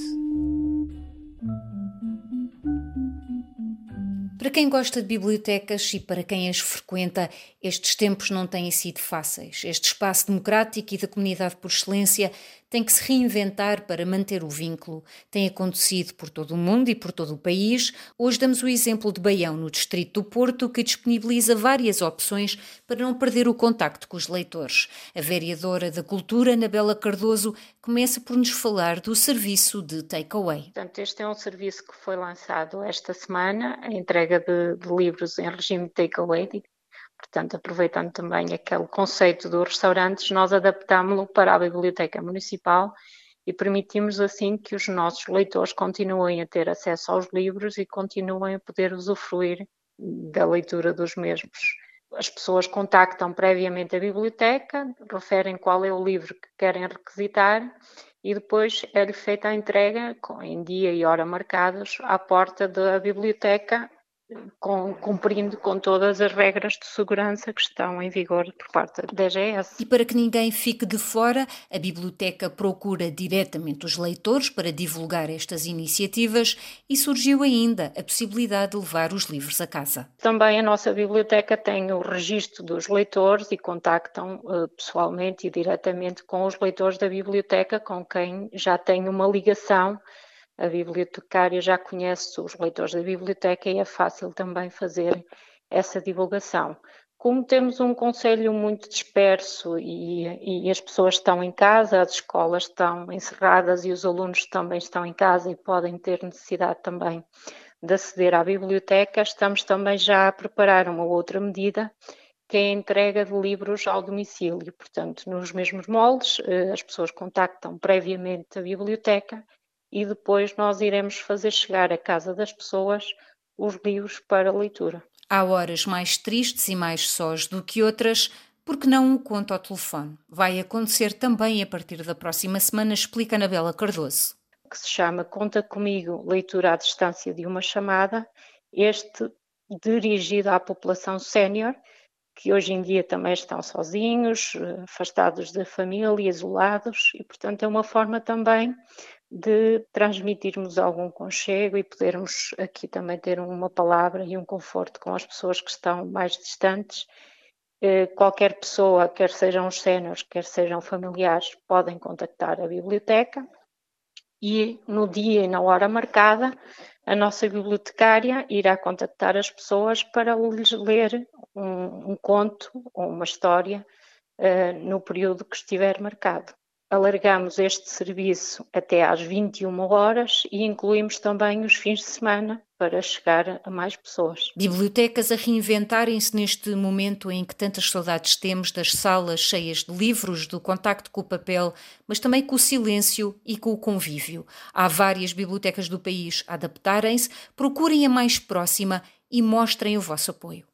Para quem gosta de bibliotecas e para quem as frequenta, estes tempos não têm sido fáceis. Este espaço democrático e da comunidade por excelência tem que se reinventar para manter o vínculo. Tem acontecido por todo o mundo e por todo o país. Hoje damos o exemplo de Baião, no distrito do Porto, que disponibiliza várias opções para não perder o contacto com os leitores. A vereadora da Cultura, Anabela Cardoso, começa por nos falar do serviço de takeaway. Portanto, este é um serviço que foi lançado esta semana, a entrega de livros em regime de takeaway. Portanto, aproveitando também aquele conceito dos restaurantes, nós adaptámo-lo para a Biblioteca Municipal e permitimos assim que os nossos leitores continuem a ter acesso aos livros e continuem a poder usufruir da leitura dos mesmos. As pessoas contactam previamente a biblioteca, referem qual é o livro que querem requisitar e depois é-lhe feita a entrega em dia e hora marcados à porta da biblioteca, cumprindo com todas as regras de segurança que estão em vigor por parte da DGS. E para que ninguém fique de fora, a biblioteca procura diretamente os leitores para divulgar estas iniciativas e surgiu ainda a possibilidade de levar os livros a casa. Também a nossa biblioteca tem o registro dos leitores e contactam pessoalmente e diretamente com os leitores da biblioteca, com quem já tem uma ligação. A bibliotecária já conhece os leitores da biblioteca e é fácil também fazer essa divulgação. Como temos um concelho muito disperso e as pessoas estão em casa, as escolas estão encerradas e os alunos também estão em casa e podem ter necessidade também de aceder à biblioteca, estamos também já a preparar uma outra medida, que é a entrega de livros ao domicílio. Portanto, nos mesmos moldes, as pessoas contactam previamente a biblioteca e depois nós iremos fazer chegar à casa das pessoas os livros para leitura. Há horas mais tristes e mais sós do que outras, porque não o conto ao telefone. Vai acontecer também a partir da próxima semana, explica Anabela Cardoso. Que se chama Conta Comigo, leitura à distância de uma chamada, este dirigido à população sénior, que hoje em dia também estão sozinhos, afastados da família, isolados, e portanto é uma forma também de transmitirmos algum conchego e podermos aqui também ter uma palavra e um conforto com as pessoas que estão mais distantes. Qualquer pessoa, quer sejam os séniores, quer sejam familiares, podem contactar a biblioteca e no dia e na hora marcada a nossa bibliotecária irá contactar as pessoas para lhes ler um conto ou uma história no período que estiver marcado. Alargamos este serviço até às 21 horas e incluímos também os fins de semana para chegar a mais pessoas. Bibliotecas a reinventarem-se neste momento em que tantas saudades temos das salas cheias de livros, do contacto com o papel, mas também com o silêncio e com o convívio. Há várias bibliotecas do país a adaptarem-se, procurem a mais próxima e mostrem o vosso apoio.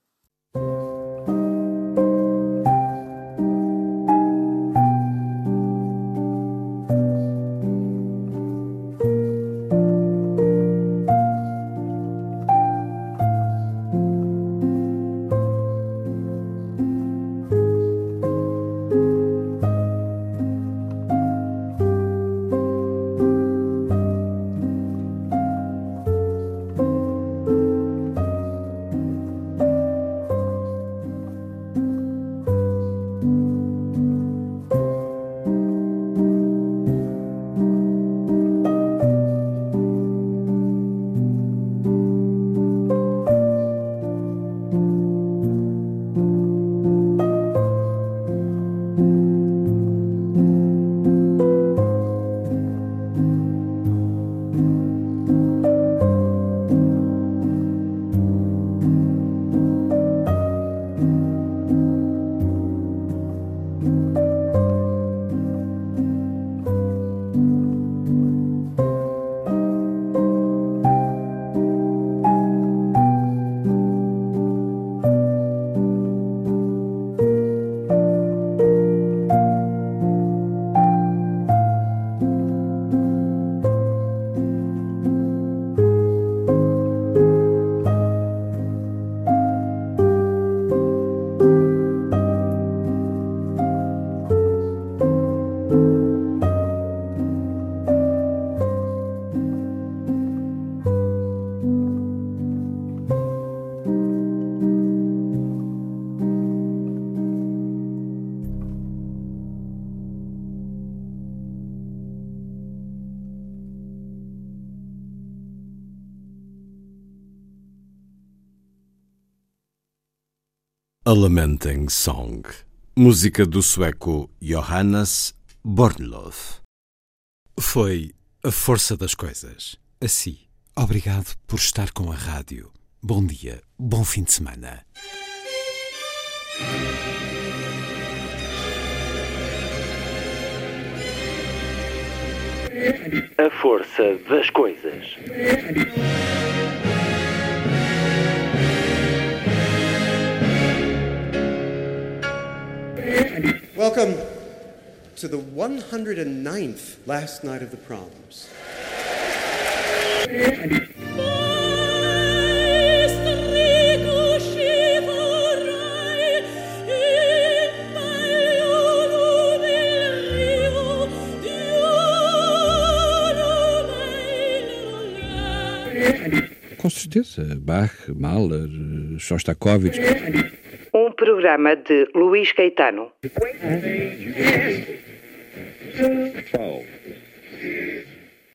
A Lamenting Song, música do sueco Johannes Bornlöf. Foi A Força das Coisas. Assim, obrigado por estar com a rádio. Bom dia, bom fim de semana. A Força das Coisas. Welcome to the 109th last night of the proms. Com certeza, Bach, Mahler, Shostakovich. Um programa de Luís Caetano. 12.